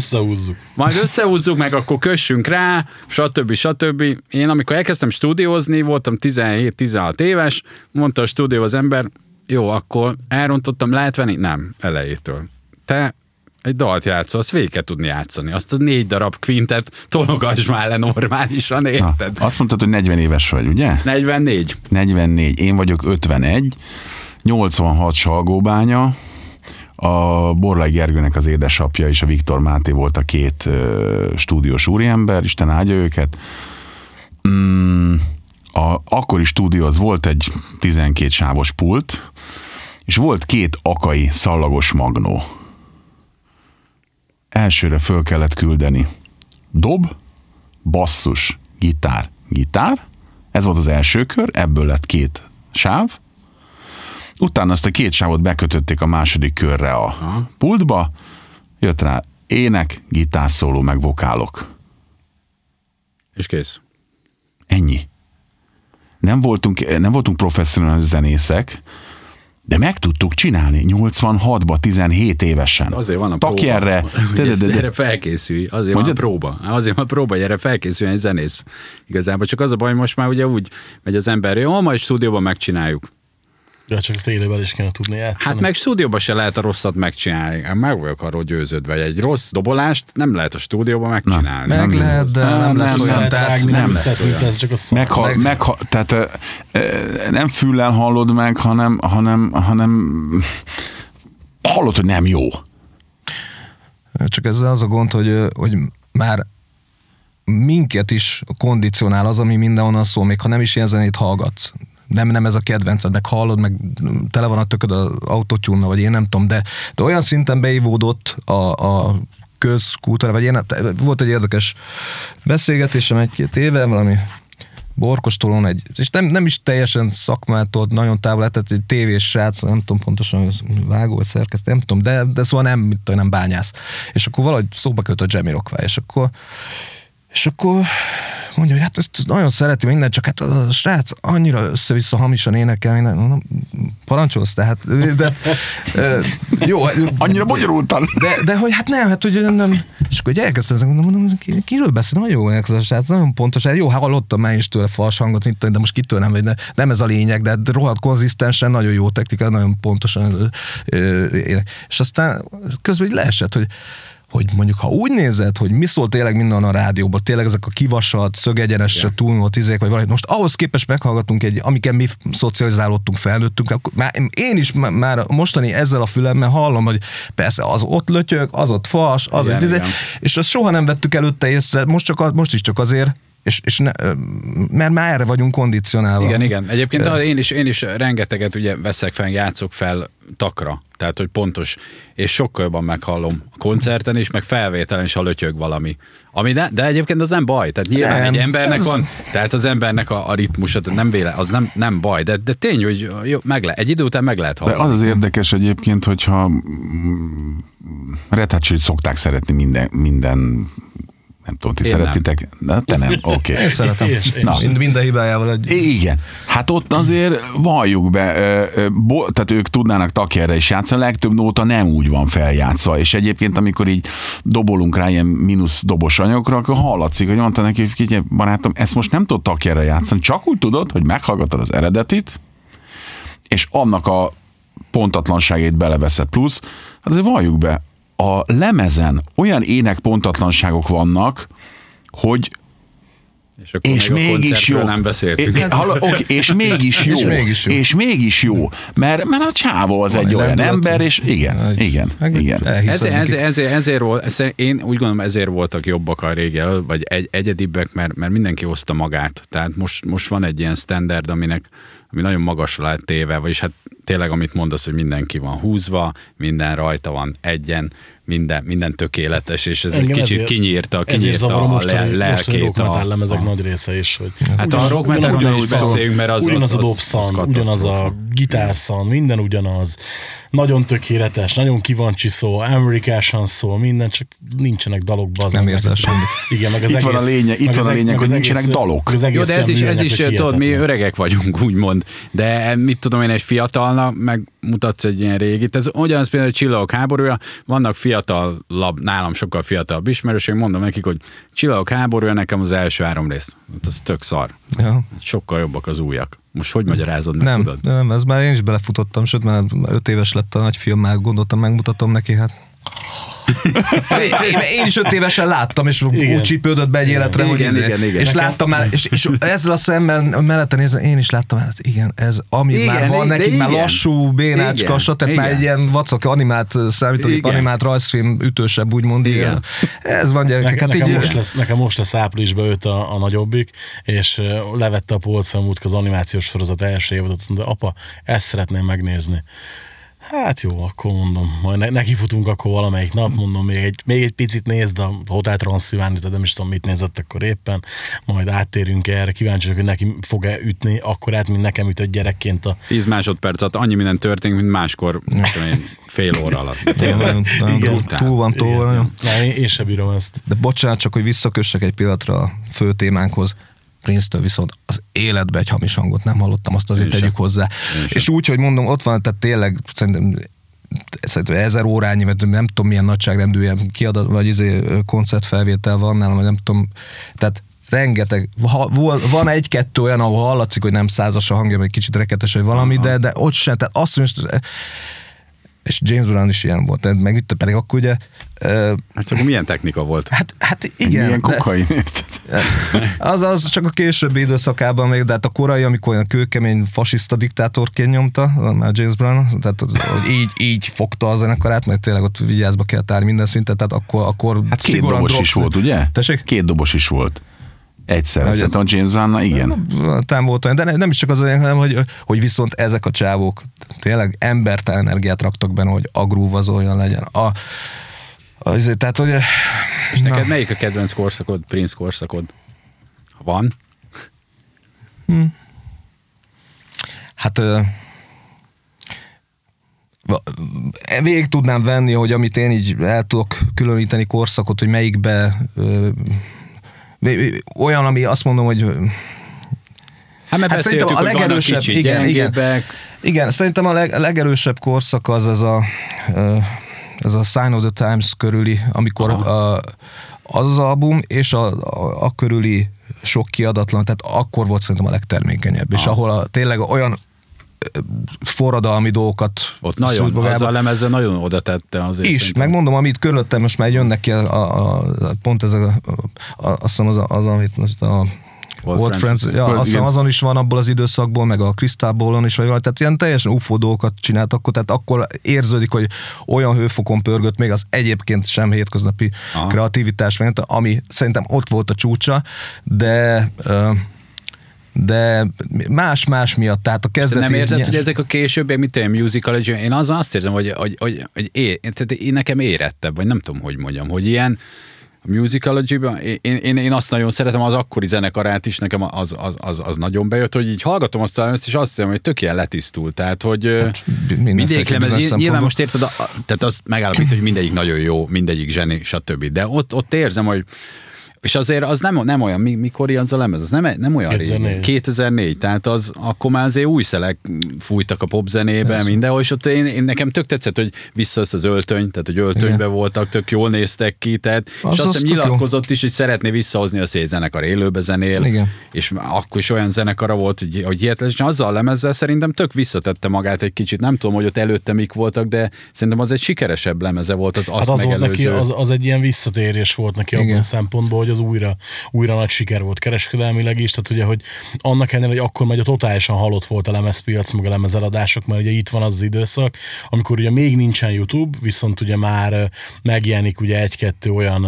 B: Majd összehúzzuk, meg akkor kössünk rá, stb. Én amikor elkezdtem stúdiózni, voltam 17-16 éves, mondta a stúdió az ember, jó, akkor elrontottam, lehet venni? Nem, elejétől. Te egy dalt játszol, azt végig kell tudni játszani. Azt a 4 darab kvintet tologass már le normálisan, érted?
D: Azt mondtad, hogy 40 éves vagy, ugye?
B: 44.
D: 44. Én vagyok 51. 86 Salgóbánya. A Borlai Gergőnek az édesapja és a Viktor Máté volt a két stúdiós úriember, Isten áldja őket. Akkori stúdióhoz volt egy 12 sávos pult, és volt 2 akai szallagos magnó. Elsőre föl kellett küldeni dob, basszus, gitár. Ez volt az első kör, ebből lett 2 sáv. Utána azt a 2 sávot bekötötték a második körre a pultba, jött rá ének, gitárszóló, meg vokálok.
B: És kész.
D: Ennyi. Nem voltunk professzionális zenészek, de meg tudtuk csinálni 86-ba, 17 évesen.
B: Azért van a próba.
D: Erre.
B: Erre felkészülj. Azért van a próba, hogy erre felkészüljen egy zenész. Igazából csak az a baj, most már ugye úgy megy az ember, jó, majd stúdióban megcsináljuk.
C: Ja, csak ezt élőben is kéne tudni játszani.
B: Hát meg stúdióban se lehet a rosszat megcsinálni. Meg vagyok arról győződve, hogy egy rossz dobolást nem lehet a stúdióban megcsinálni.
E: Meg lehet, de nem lesz olyan.
C: Nem lesz olyan.
D: Tehát nem füllel hallod meg, hanem hallod, hogy nem jó.
E: Csak ezzel az a gond, hogy már minket is kondicionál az, ami mindenhonnan szól, még ha nem is ilyen zenét hallgatsz. Nem ez a kedvenced, meg hallod, meg tele van a tököd az autotune-nal, vagy én nem tudom, de olyan szinten beívódott a közkultúra, vagy volt egy érdekes beszélgetésem 1-2 éve, valami Borkostolón és nem is teljesen szakmától nagyon távol lett, egy tévés srác, nem tudom pontosan, vágó vagy szerkesztő, nem tudom, de szóval nem bányász. És akkor valahogy szóba kötött a Jamiroquai, és akkor mondja, hogy hát ezt nagyon szereti minden, csak hát a srác annyira össze-vissza hamisan énekel, parancsolsz, tehát jó.
D: Annyira bonyolultan.
E: De hogy hát nem, hát hogy nem, és akkor elkezdtem, mondom, kiről beszél, nagyon jó ez a srác, nagyon pontos, hát jó, hallottam már is tőle fals hangot, de most kitől nem ez a lényeg, de rohadt konzisztensen, nagyon jó technika, nagyon pontosan és aztán közben így leesett, hogy mondjuk, ha úgy nézed, hogy mi szól tényleg minden a rádióban, tényleg ezek a kivasalt, szögegyenesre túlnolt izék, vagy valami, most ahhoz képest meghallgatunk amiken mi szocializálódtunk, felnőttünk, akkor én is már mostani ezzel a fülemmel hallom, hogy persze az ott lötyög, az ott fals, az ott izék, és azt soha nem vettük előtte észre, most is csak azért, mert már erre vagyunk kondicionálva.
B: Igen. Egyébként én is rengeteget ugye veszek fel, játszok fel takra. Tehát, hogy pontos, és sokkal jobban meghallom a koncerten is, meg felvételen is, ha lötyög valami. De egyébként az nem baj, tehát nyilván egy embernek van, tehát az embernek a ritmusa, az nem baj, de tény, hogy jó, egy idő után meg lehet hallani.
D: De az érdekes egyébként, hogyha Red Hot Chili szokták szeretni minden nem tudom, ti szeretitek? De te nem, oké.
E: Én szeretem. Minden hibájával egy...
D: Igen. Hát ott azért valljuk be, tehát ők tudnának takjerre is játszani, a legtöbb nóta nem úgy van feljátszva, és egyébként amikor így dobolunk rá ilyen mínusz dobos anyagokra, akkor hallatszik, hogy mondta neki, hogy barátom, ezt most nem tudod takjerre játszani, csak úgy tudod, hogy meghallgatod az eredetit, és annak a pontatlanságét beleveszed plusz, hát azért valljuk be, a lemezen olyan énekpontatlanságok vannak, hogy
B: és mégis jó. Nem beszéltünk.
D: És mégis jó. És mégis jó. Mert a csávó az egy olyan ember, és igen.
B: Ezért volt, én úgy gondolom, ezért voltak jobbak a régi, vagy egyedibbek, mert mindenki hozta magát. Tehát most van egy ilyen standard, ami nagyon magasra lett téve, vagyis hát tényleg, amit mondasz, hogy mindenki van húzva, minden rajta van egyen, minden tökéletes, és ez egy kicsit kinyírta a lelkét.
C: Ezek nagy része is, hogy
B: hát a rock metalról úgy beszéljünk, mert az
C: ugyanaz a dobszan, ugyanaz a gitárszan, minden ugyanaz, nagyon tökéletes, nagyon ki van csiszó, amerikásan szól, minden, csak nincsenek dalokba az.
E: Nem érzel semmit.
C: Igen, meg az
D: itt van a lényeg, hogy nincsenek dalok.
B: Jó, de ez is tudod, mi öregek vagyunk, úgymond, de mit tudom én, egy fiatalnak megmutatsz egy ilyen régit, ez ugyanaz például a Csillagok háborúja, vannak fiatalabb, nálam sokkal fiatalabb ismerőség, mondom nekik, hogy Csillagok háborúja nekem az első 3 rész. Ez tök szar. Ja. Sokkal jobbak az újak. Most hogy magyarázod meg, tudod?
E: Nem, ez már én is belefutottam, sőt, már 5 éves lett a nagyfilm, már gondoltam, megmutatom neki, hát én is 5 évesen láttam, és úgy csípődött be egy életre, hogy és láttam már, és ezzel a szemmel mellette nézve, én is láttam, hát igen, ez ami már van nekik, már lassú, bénácska, tehát már egy ilyen vacak animált számítógép, animált rajzfilm ütősebb, úgymond. Igen. Ez van, gyerekek.
C: Nekem most lesz áprilisban 5 a nagyobbik, és levette a polcra múltkor az animációs sorozat első évadot, azt mondta, apa, ezt szeretném megnézni. Hát jó, akkor mondom, majd nekifutunk akkor valamelyik nap, mondom, még egy picit nézd a Hotel Transzilvániát, de nem is tudom, mit nézett akkor éppen, majd áttérünk erre, kíváncsiak, hogy neki fog-e ütni, akkor át, mint nekem ütött gyerekként a...
B: 10 másodperc alatt annyi minden történik, mint máskor, fél óra alatt.
E: Túl van.
C: Én sem bírom ezt.
E: De bocsánat, csak hogy visszakössek egy pillanatra a fő témánkhoz. Prince-től viszont az életbe egy hamis hangot nem hallottam, azt azért tegyük hozzá. És úgy, hogy mondom, ott van, tehát tényleg szerintem 1000 órányi, vagy nem tudom milyen nagyságrendű ilyen kiadat, vagy koncertfelvétel van nálam, vagy nem tudom, tehát rengeteg, van egy-kettő olyan, ahol hallatszik, hogy nem 100-as a hangja, vagy kicsit reketes, vagy valami, de ott sem, tehát azt mondja, és James Brown is ilyen volt, meg itt pedig akkor ugye...
B: Hát akkor milyen technika volt?
E: Hát igen.
D: Milyen kokain?
E: Az csak a későbbi időszakában még, de hát a korai, amikor olyan kőkemény fasiszta diktátorként nyomta, már James Brown, tehát így fogta a zenekarát, mert tényleg ott vigyázba kell tárni minden szinten, tehát akkor
D: hát 2 dobos is volt, ugye?
E: Tessék?
D: 2 dobos is volt. Egyszer, szerintem a James Brown, igen.
E: Tám volt olyan, de nem is csak az olyan, hanem, hogy viszont ezek a csávók tényleg embertelen energiát raktak benne, hogy agrúvazoljon legyen. Tehát, hogy...
B: És neked melyik a kedvenc korszakod, Prince korszakod? Ha van?
E: Hát... végig tudnám venni, hogy amit én így el tudok különíteni korszakot, hogy melyikbe... olyan, ami azt mondom, hogy...
B: Hát szerintem a legerősebb...
E: Igen, szerintem a legerősebb korszak az ez a Sign of the Times körüli, amikor az album és a körüli sok kiadatlan, tehát akkor volt szerintem a legtermékenyebb, és ahol tényleg olyan forradalmi dolgokat
B: ott nagyon, azzal a lemezzel nagyon oda tette azért.
E: És megmondom, amit körülöttem most már jönnek ki pont ez azt hiszem az amit most a Old Friends, azt hiszem azon is van abból az időszakból, meg a Crystal Ballon is, vagy tehát ilyen teljesen UFO dolgokat csinált akkor, tehát akkor érződik, hogy olyan hőfokon pörgött még az egyébként sem hétköznapi kreativitás, ami szerintem ott volt a csúcsa, de de más miatt, tehát a kezdeti...
B: Nem érzed, hogy ezek a későbbiek, mint olyan musicology, én azt érzem, hogy nekem érettebb, vagy nem tudom, hogy mondjam, hogy ilyen musicology-ban, én azt nagyon szeretem, az akkori zenekarát is, nekem az nagyon bejött, hogy így hallgatom azt és azt hiszem, hogy tök ilyen letisztult, tehát, hogy mindegyik lemez, nyilván most érted, tehát azt megállapít, hogy mindegyik nagyon jó, mindegyik zseni, stb. De ott érzem, hogy és azért az nem olyan, mikor az a lemez, az nem olyan
C: 2004.
B: 2004, tehát az akkor már azért új szelek fújtak a popzenébe mindenhol, és ott én nekem tök tetszett, hogy vissza az öltöny, tehát hogy öltönyben voltak, tök jól néztek ki, tehát, és azt hiszem nyilatkozott is, hogy szeretné visszahozni azt, hogy egy zenekar élőbe zenél, igen. És akkor is olyan zenekara volt, hogy hihetetlen, és azzal a lemezzel szerintem tök visszatette magát egy kicsit, nem tudom, hogy ott előtte mik voltak, de szerintem az egy sikeresebb lemeze volt az azt
C: az
B: megelőző.
C: Volt neki, az egy ilyen visszatérés volt neki abban a szempontból, hogy az újra nagy siker volt kereskedelmileg is, tehát ugye, hogy annak ellenére, hogy akkor már totálisan halott volt a lemezpiac, meg a lemezeladások, mert ugye itt van az időszak, amikor ugye még nincsen YouTube, viszont ugye már megjelenik ugye egy-kettő olyan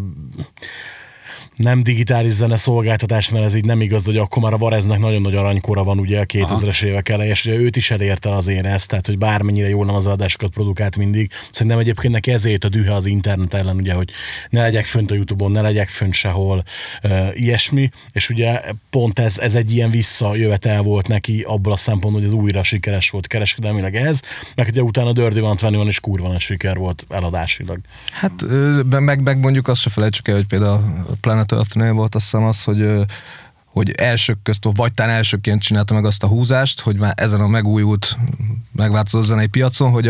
C: nem digitális zene szolgáltatás, mert ez így nem igaz, hogy akkor már a Vareznek nagyon nagy aranykora van ugye a 2000-es évek elején, és ugye őt is elérte az én ezt, tehát hogy bármennyire jó lemezadásokat produkált mindig. Szerintem egyébként neki ezért a dühe az internet ellen, ugye, hogy ne legyek fönt a YouTube-on, ne legyek fönt sehol, ilyesmi, és ugye pont ez egy ilyen visszajövetel volt neki abból a szempontból, hogy az újra sikeres volt kereskedelmileg ez, meg ugye utána a Dirty One Twenty is kurva nagy siker volt eladásilag.
E: Hát meg mondjuk azt se felejtsük el, hogy például a Planet Earth-nél volt azt hiszem az, hogy elsők közt, vagy talán elsőként csinálta meg azt a húzást, hogy már ezen a megújult, megváltozott zenei piacon, hogy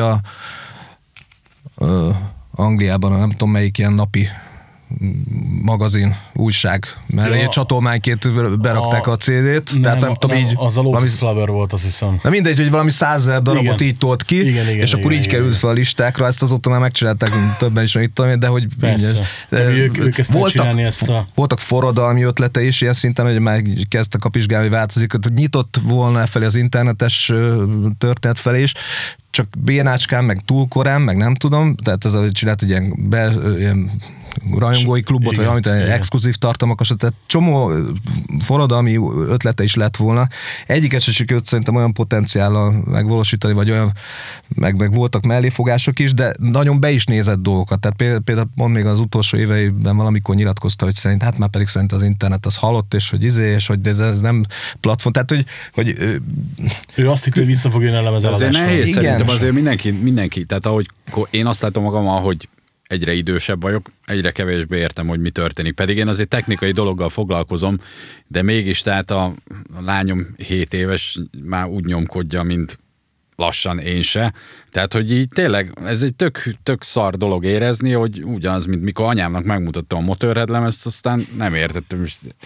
E: Angliában, nem tudom melyik ilyen napi magazin, újság mellé csatolmányként berakták a CD-t. Nem
C: tudom, így... Az a Lotus Flower volt, azt hiszem.
E: De mindegy, hogy valami 100 000 darabot így tolt ki, és akkor így került fel a listákra, ezt azóta már megcsinálták többen is, mit tudom én, de hogy
C: ők kezdtek csinálni ezt a...
E: Voltak forradalmi ötlete is ilyen szinten, hogy már kezdtek a vizsgálni, hogy változik, hogy nyitott volna felé az internetes történet felé is, csak bénácskán, meg túl korán, meg nem tudom, tehát ez, hogy csinált egy ilyen rajongói klubot, vagy valamit, exkluzív tartalmakas, tehát csomó forradalmi ötlete is lett volna. Egyiket se sikerült szerintem olyan potenciállal megvalósítani, vagy olyan, meg voltak melléfogások is, de nagyon be is nézett dolgokat. Tehát például mond még az utolsó éveiben valamikor nyilatkozta, hogy szerint, hát már pedig szerint az internet az halott, és hogy és hogy ez nem platform. Tehát, hogy
C: ő azt hitt, hogy vissza fog jönni a lemezeladásra.
B: Azért nehéz, szerintem azért mindenki, tehát ahogy én azt látom magammal, hogy egyre idősebb vagyok, egyre kevésbé értem, hogy mi történik. Pedig én azért technikai dologgal foglalkozom, de mégis tehát a lányom 7 éves már úgy nyomkodja, mint lassan én se. Tehát, hogy így tényleg ez egy tök szar dolog érezni, hogy ugyanaz, mint mikor anyámnak megmutattam a Motorhead lemezt, aztán nem értettem.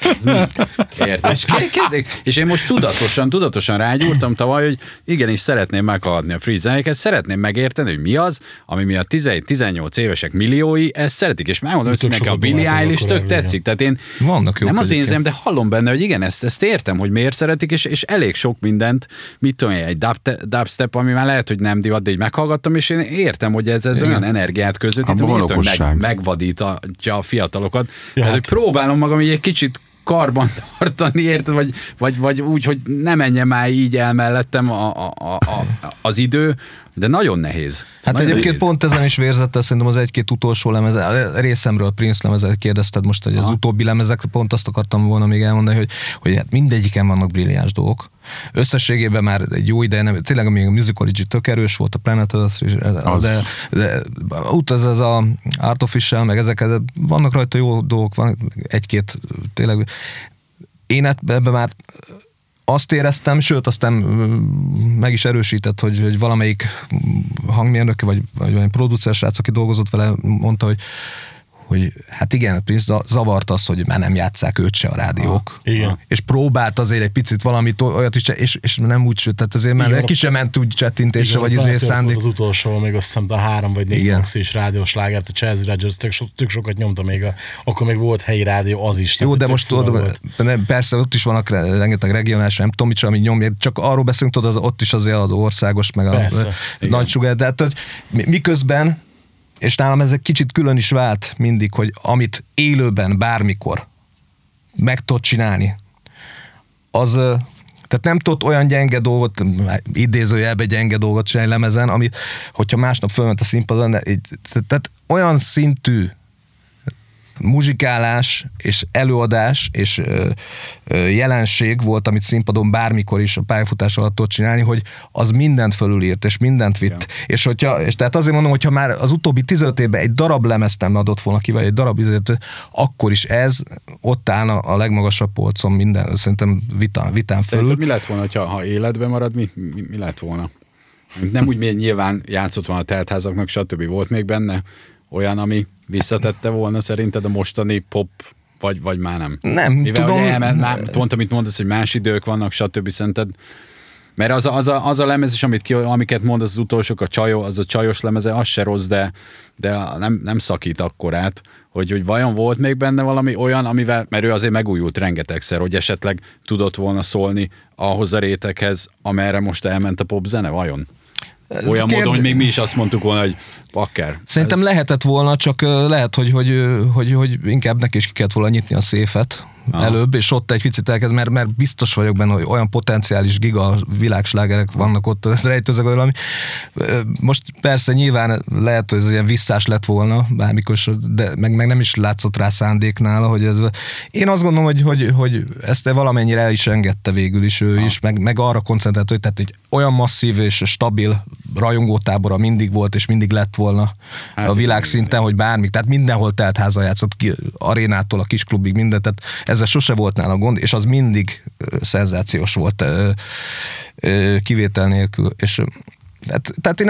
B: És én most tudatosan rágyúrtam tavaly, hogy igenis szeretném meghallgatni a free zenéket, szeretném megérteni, hogy mi az, ami miatt 17-18 évesek milliói ezt szeretik, és megmondom, hogy nekem a Billie Eilish tök tetszik. Tehát én nem az én zem, de hallom benne, hogy igen, ezt értem, hogy miért szeretik, és elég sok mindent, mit tudom, egy dubstep, ami már lehet, hogy nem divat, de így meghallgattam, és én értem, hogy ez olyan energiát közvetít, ami értem, megvadítja a fiatalokat. Ja, hát, hogy próbálom magam így egy kicsit karban tartani, érted, vagy úgy, hogy ne menjen már így el mellettem az idő, de nagyon nehéz.
E: Hát
B: nagyon
E: egyébként
B: nehéz.
E: Pont ezen is vérzett, szerintem az egy-két utolsó lemez, részemről Prince lemezet kérdezted most, hogy az utóbbi lemezek, pont azt akartam volna még elmondani, hogy hát mindegyiken vannak brilliáns dolgok. Összességében már egy jó ideje, nem, tényleg még a musicology tök erős volt, a Planet Earth is, de utaz ez a Artificial, meg ezeket, vannak rajta jó dolgok, van egy-két tényleg. Én ebben már azt éreztem, sőt, aztán meg is erősített, hogy valamelyik hangmérnök, vagy producer srác, aki dolgozott vele, mondta, hogy hát igen, Prince zavart az, hogy már nem játsszák őt se a rádiók.
C: Igen.
E: És próbált azért egy picit valamit olyat is, és nem úgy, tehát azért már neki sem ment úgy csettintésre, vagy szándék.
C: Az utolsó, még azt hiszem, a 3 vagy 4 maxis rádiós lágert, a Chelsea Rogers tök sokat nyomta még, akkor még volt helyi rádió, az is.
E: Jó, de most persze ott is vannak rengeteg regionális, nem tudom, mit ami nyomja, csak arról beszélünk, tudod, ott is azért az országos, meg a nagy sugár, de hát, miközben és nálam ez egy kicsit külön is vált mindig, hogy amit élőben bármikor meg tudod csinálni, tehát nem tudott olyan gyenge dolgot, idézőjelbe gyenge dolgot csinálni lemezen, ami, hogyha másnap fölment a színpadon, tehát olyan szintű muzsikálás és előadás és jelenség volt, amit színpadon bármikor is a pályafutás alatt tudott csinálni, hogy az mindent fölülírt, és mindent vitt. Ja. És tehát azért mondom, hogyha már az utóbbi 15 évben egy darab lemezt nem adott volna ki, vagy egy darab akkor is ez ott állna a legmagasabb polcon minden, szerintem vitán fölül.
B: Szerintem mi lett volna, ha életben marad, mi lett volna? Nem úgy, nyilván játszott volna a teltházaknak, stb. Volt még benne olyan, ami visszatette volna szerinted a mostani pop, vagy már nem?
E: Nem,
B: mivel
E: tudom.
B: Pont amit mondasz, hogy más idők vannak, stb. Szerinted, mert az a lemez is, amiket mondasz az utolsók, az a csajos lemeze, az se rossz, de nem szakít akkorát, hogy vajon volt még benne valami olyan, amivel, mert ő azért megújult rengetegszer, hogy esetleg tudott volna szólni ahhoz a réteghez, amerre most elment a popzene, vajon? Olyan módon, hogy még mi is azt mondtuk volna, hogy bakker.
E: Szerintem lehetett volna, csak lehet, hogy inkább neki is ki kellett volna nyitni a széfet előbb, és ott egy picit elkezd, mert biztos vagyok benne, hogy olyan potenciális giga világslágerek vannak ott rejtőzök, valami. Most persze nyilván lehet, hogy ez ilyen visszás lett volna bármikor, de meg nem is látszott rá szándék nála, hogy ez... Én azt gondolom, hogy ezt valamennyire el is engedte végül is ő is, meg arra koncentrált, hogy, tehát, hogy olyan masszív és stabil rajongótábora mindig volt, és mindig lett volna a világszinten, hogy bármi, tehát mindenhol telt háza játszott, arénától a kisklubig, minden, tehát ezzel sose volt nála gond, és az mindig szenzációs volt kivétel nélkül, és tehát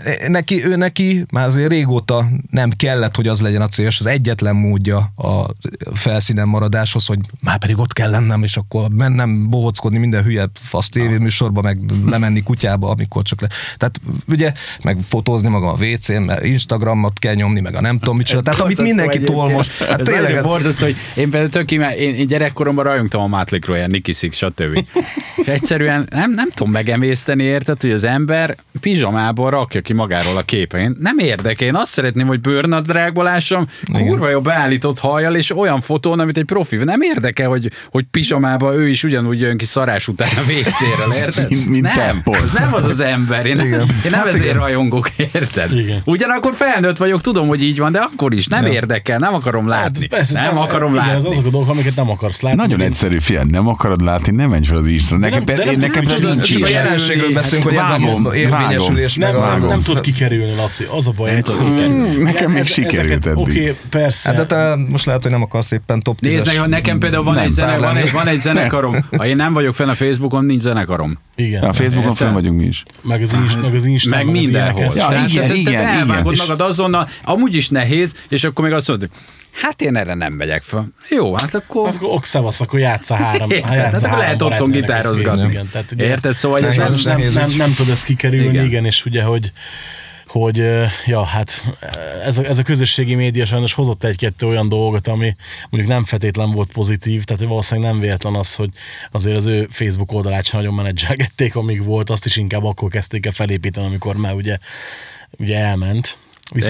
E: ő neki már azért régóta nem kellett, hogy az legyen a cél, és az egyetlen módja a felszínen maradáshoz, hogy már pedig ott kell lennem, és akkor mennem bohockodni minden hülye fasz tévéműsorba, meg lemenni kutyába, amikor csak tehát ugye, meg fotózni magam a WC-n, mert Instagramot kell nyomni, meg a nem tudom mit csinál. Tehát amit mindenki tol most.
B: Hát tényleg borzasztó, hogy én például én gyerekkoromban rajongtam a Mötley Crüe, Nicky Six, stb. És egyszerűen nem tudom megemészteni, érted, hogy az ember pizsamából rakja ki magáról a képen. Nem érdekel, én azt szeretném, hogy bőrnadrágba lássam, kurva jó beállított hajjal, és olyan fotón, amit egy profi. Nem érdekel, hogy pizsamában ő is ugyanúgy jön ki szarás után a WC-ről, érted? Nem, ez nem az ember. Én nem ezért rajongok, érted? Igen. Ugyanakkor felnőtt vagyok, tudom, hogy így van, de akkor is nem érdekel, nem akarom látni.
C: Persze,
B: nem akarom látni.
C: Ez azok a dolgok, amiket nem akarsz látni.
D: Nagyon egyszerű, fiam, nem akarod látni, nem menj fel az Instagram. Nekem nincs
E: a jelenségről beszélünk, hogy ez a érvényesülés.
C: Nem tud kikerülni, Laci. Az a baj,
D: nekem még sikerült eddig.
C: Oké, persze.
E: Hát de most lehet, hogy nem akarsz éppen top 10-es.
B: Nézd, nekem például van egy zenekarom. Ha én nem vagyok fenn a Facebookon, nincs zenekarom.
C: Igen.
D: A Facebookon fenn vagyunk mi is.
C: Meg az Insta.
B: Meg mindenhol.
D: Igen.
B: Elvágod magad azonnal, amúgy is nehéz, és akkor még azt mondod, hát én erre nem megyek fel. Jó, hát akkor...
C: Hát akkor okszevasz, akkor játssza három
B: lehet otthon gitározgatni. Érted? Szóval
C: nem tud ezt kikerülni, igen, és ugye, hogy ja, hát ez a közösségi média sajnos hozott egy-kettő olyan dolgot, ami mondjuk nem feltétlen volt pozitív, tehát valószínűleg nem véletlen az, hogy azért az ő Facebook oldalát sem nagyon menedzselgették, amíg volt, azt is inkább akkor kezdték el felépíteni, amikor már ugye elment.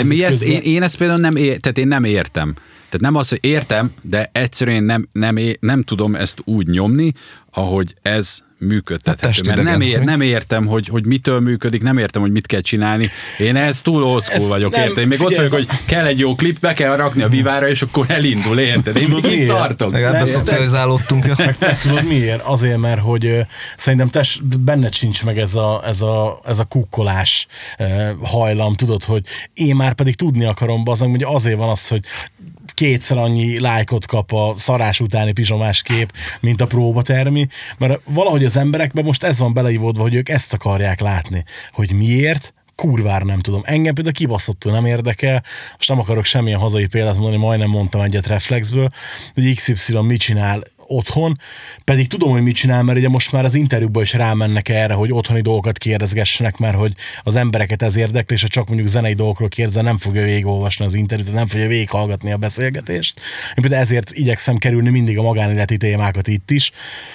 B: Én ezt például nem értem. Tehát nem az, hogy értem, de egyszerűen nem tudom ezt úgy nyomni, ahogy ez működtethető. Mert nem értem, hogy mitől működik, nem értem, hogy mit kell csinálni. Én ehhez túl old school vagyok, érted? Én még ott vagyok, hogy kell egy jó klip, be kell rakni a Vivára, és akkor elindul, érted? Én még itt tartok.
E: Ebben szocializálódtunk.
C: Tudod miért? Azért, mert hogy szerintem benned sincs meg ez a kukkolás hajlam, tudod, hogy én már pedig tudni akarom, hogy azért van az, hogy kétszer annyi lájkot kap a szarás utáni pizsamás kép, mint a próbatermi, mert valahogy az emberekben most ez van beleívódva, hogy ők ezt akarják látni. Hogy miért? Kurvára nem tudom. Engem például kibaszottul nem érdekel, most nem akarok semmilyen hazai példát mondani, majdnem mondtam egyet reflexből, hogy XY mit csinál otthon, pedig tudom, hogy mit csinál, mert ugye most már az interjúkban is rámennek erre, hogy otthoni dolgokat kérdezgessenek, mert hogy az embereket ez érdekli, és ha csak mondjuk zenei dolgokról kérdezel, nem fogja végigolvasni az interjút, nem fogja végighallgatni a beszélgetést. Én például ezért igyekszem kerülni mindig a magánéleti témákat itt is,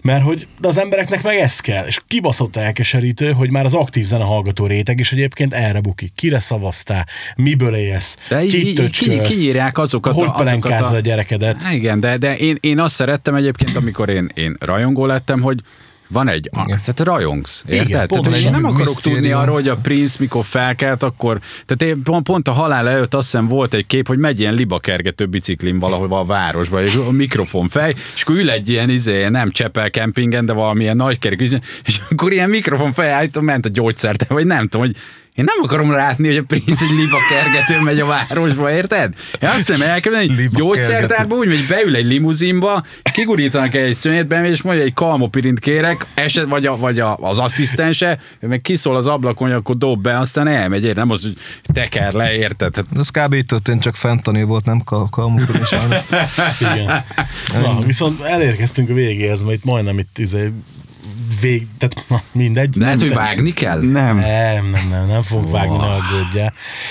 C: Mert hogy de az embereknek meg ez kell, és kibaszott elkeserítő, hogy már az aktív zenehallgató réteg is egyébként erre bukik. Kire szavaztál, miből élsz, kit töcskölsz,
B: kinyírják azokat
C: hogy pelenkázz a gyerekedet.
B: Igen, de én azt szerettem egyébként, amikor én rajongó lettem, hogy van egy, tehát rajongsz, érted?
C: Igen,
B: tehát én nem akarok
E: misztérium.
B: tudni arról, hogy a Prince mikor felkelt, akkor, tehát én pont a halál előtt azt hiszem volt egy kép, hogy megy ilyen libakergető biciklin valahol a városba, és a mikrofonfej, és akkor ül egy ilyen, nem Csepel kempingen, de valamilyen nagykerekű, és akkor ilyen mikrofonfej állítom, ment a gyógyszert, vagy nem tudom, hogy én nem akarom látni, hogy a Prince egy libakergető megy a városba, érted? Én azt nem elkezdeni, hogy gyógyszertárba úgy megy, beül egy limuzinba, kigurítanak egy szönyetben, és mondja, egy kalmopirint kérek, vagy az asszisztense, ő meg kiszól az ablakon, hogy akkor dob be, aztán elmegy, érted? Nem az, hogy teker le, érted? Hát,
E: Ez kb. Így történt, csak fentanyl volt, nem kalmupirin is.
C: Igen. Na, viszont elérkeztünk a végéhez, mert itt majdnem tehát mindegy.
B: lehet, hogy vágni kell?
C: Nem fog vágni, ne aggódjál.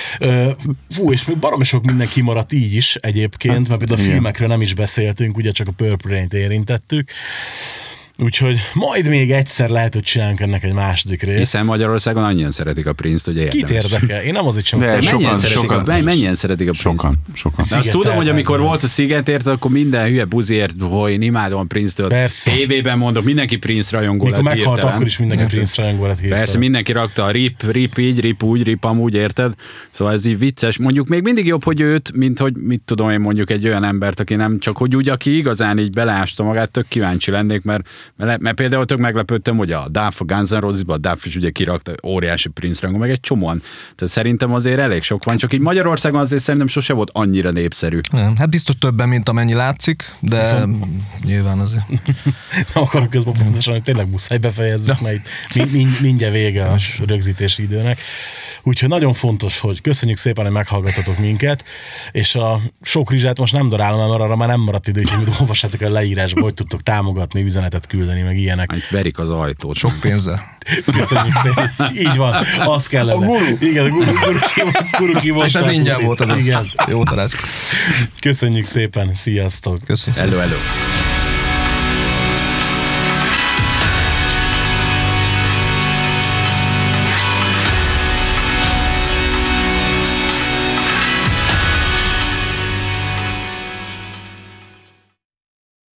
C: És még baromi sok minden kimaradt így is egyébként, mert például a filmekről nem is beszéltünk, ugye csak a Purple Rain-t érintettük. Úgyhogy majd még egyszer lehet, hogy csinálunk ennek egy második részt.
B: Hiszen Magyarországon annyian szeretik a Prince-t, hogy érdemes.
C: Kit érdekel? Én nem azért sem
B: mennyien szeretik a Prince-t?
D: Sokan.
B: De azt tudom, hogy amikor volt a Szigetért, akkor minden hülye buziért, hogy én imádom a Prince-től. Tévében mondok, mindenki Prince rajongó lett
C: hirtelen. Mikor meghalt, akkor is mindenki
B: érted?
C: Prince rajongó lett hirtelen.
B: Persze, mindenki rakta a rip így, rip úgy, rip amúgy, érted? Szóval ez így vicces. Mondjuk még mindig jobb, hogy őt, mint hogy mit tudom én mondjuk egy olyan embert, aki nem csak hogy úgy, aki igazán így beleásta magát, tök kíváncsi lennék, mert például tök meglepődtem, hogy a Duff, a Guns N' Roses-ba, a Duff is ugye kirakta óriási Prince rangú, meg egy csomóan. Tehát szerintem azért elég sok van, csak így Magyarországon azért szerintem sose volt annyira népszerű.
E: Nem, hát biztos többen, mint amennyi látszik, de nyilván azért.
C: Nem akarok közben pontosan, hogy tényleg muszáj befejezzük, mert itt mindjárt vége a rögzítési időnek. Úgyhogy nagyon fontos, hogy köszönjük szépen, hogy meghallgatotok minket, és a sok rizsát most nem darálom, mert arra már nem maradt idő, úgyhogy olvassátok a leírásba, hogy tudtok támogatni, üzenetet küldeni, meg ilyenek.
B: Itt verik az ajtót.
E: Sok pénzzel.
C: Köszönjük szépen. Így van, az kellene. A guru. Igen, a guru kivonta.
E: És ez ingyen volt az.
C: Igen.
E: Jó tanács.
C: Köszönjük szépen, sziasztok.
E: Köszönjük.
B: Hello.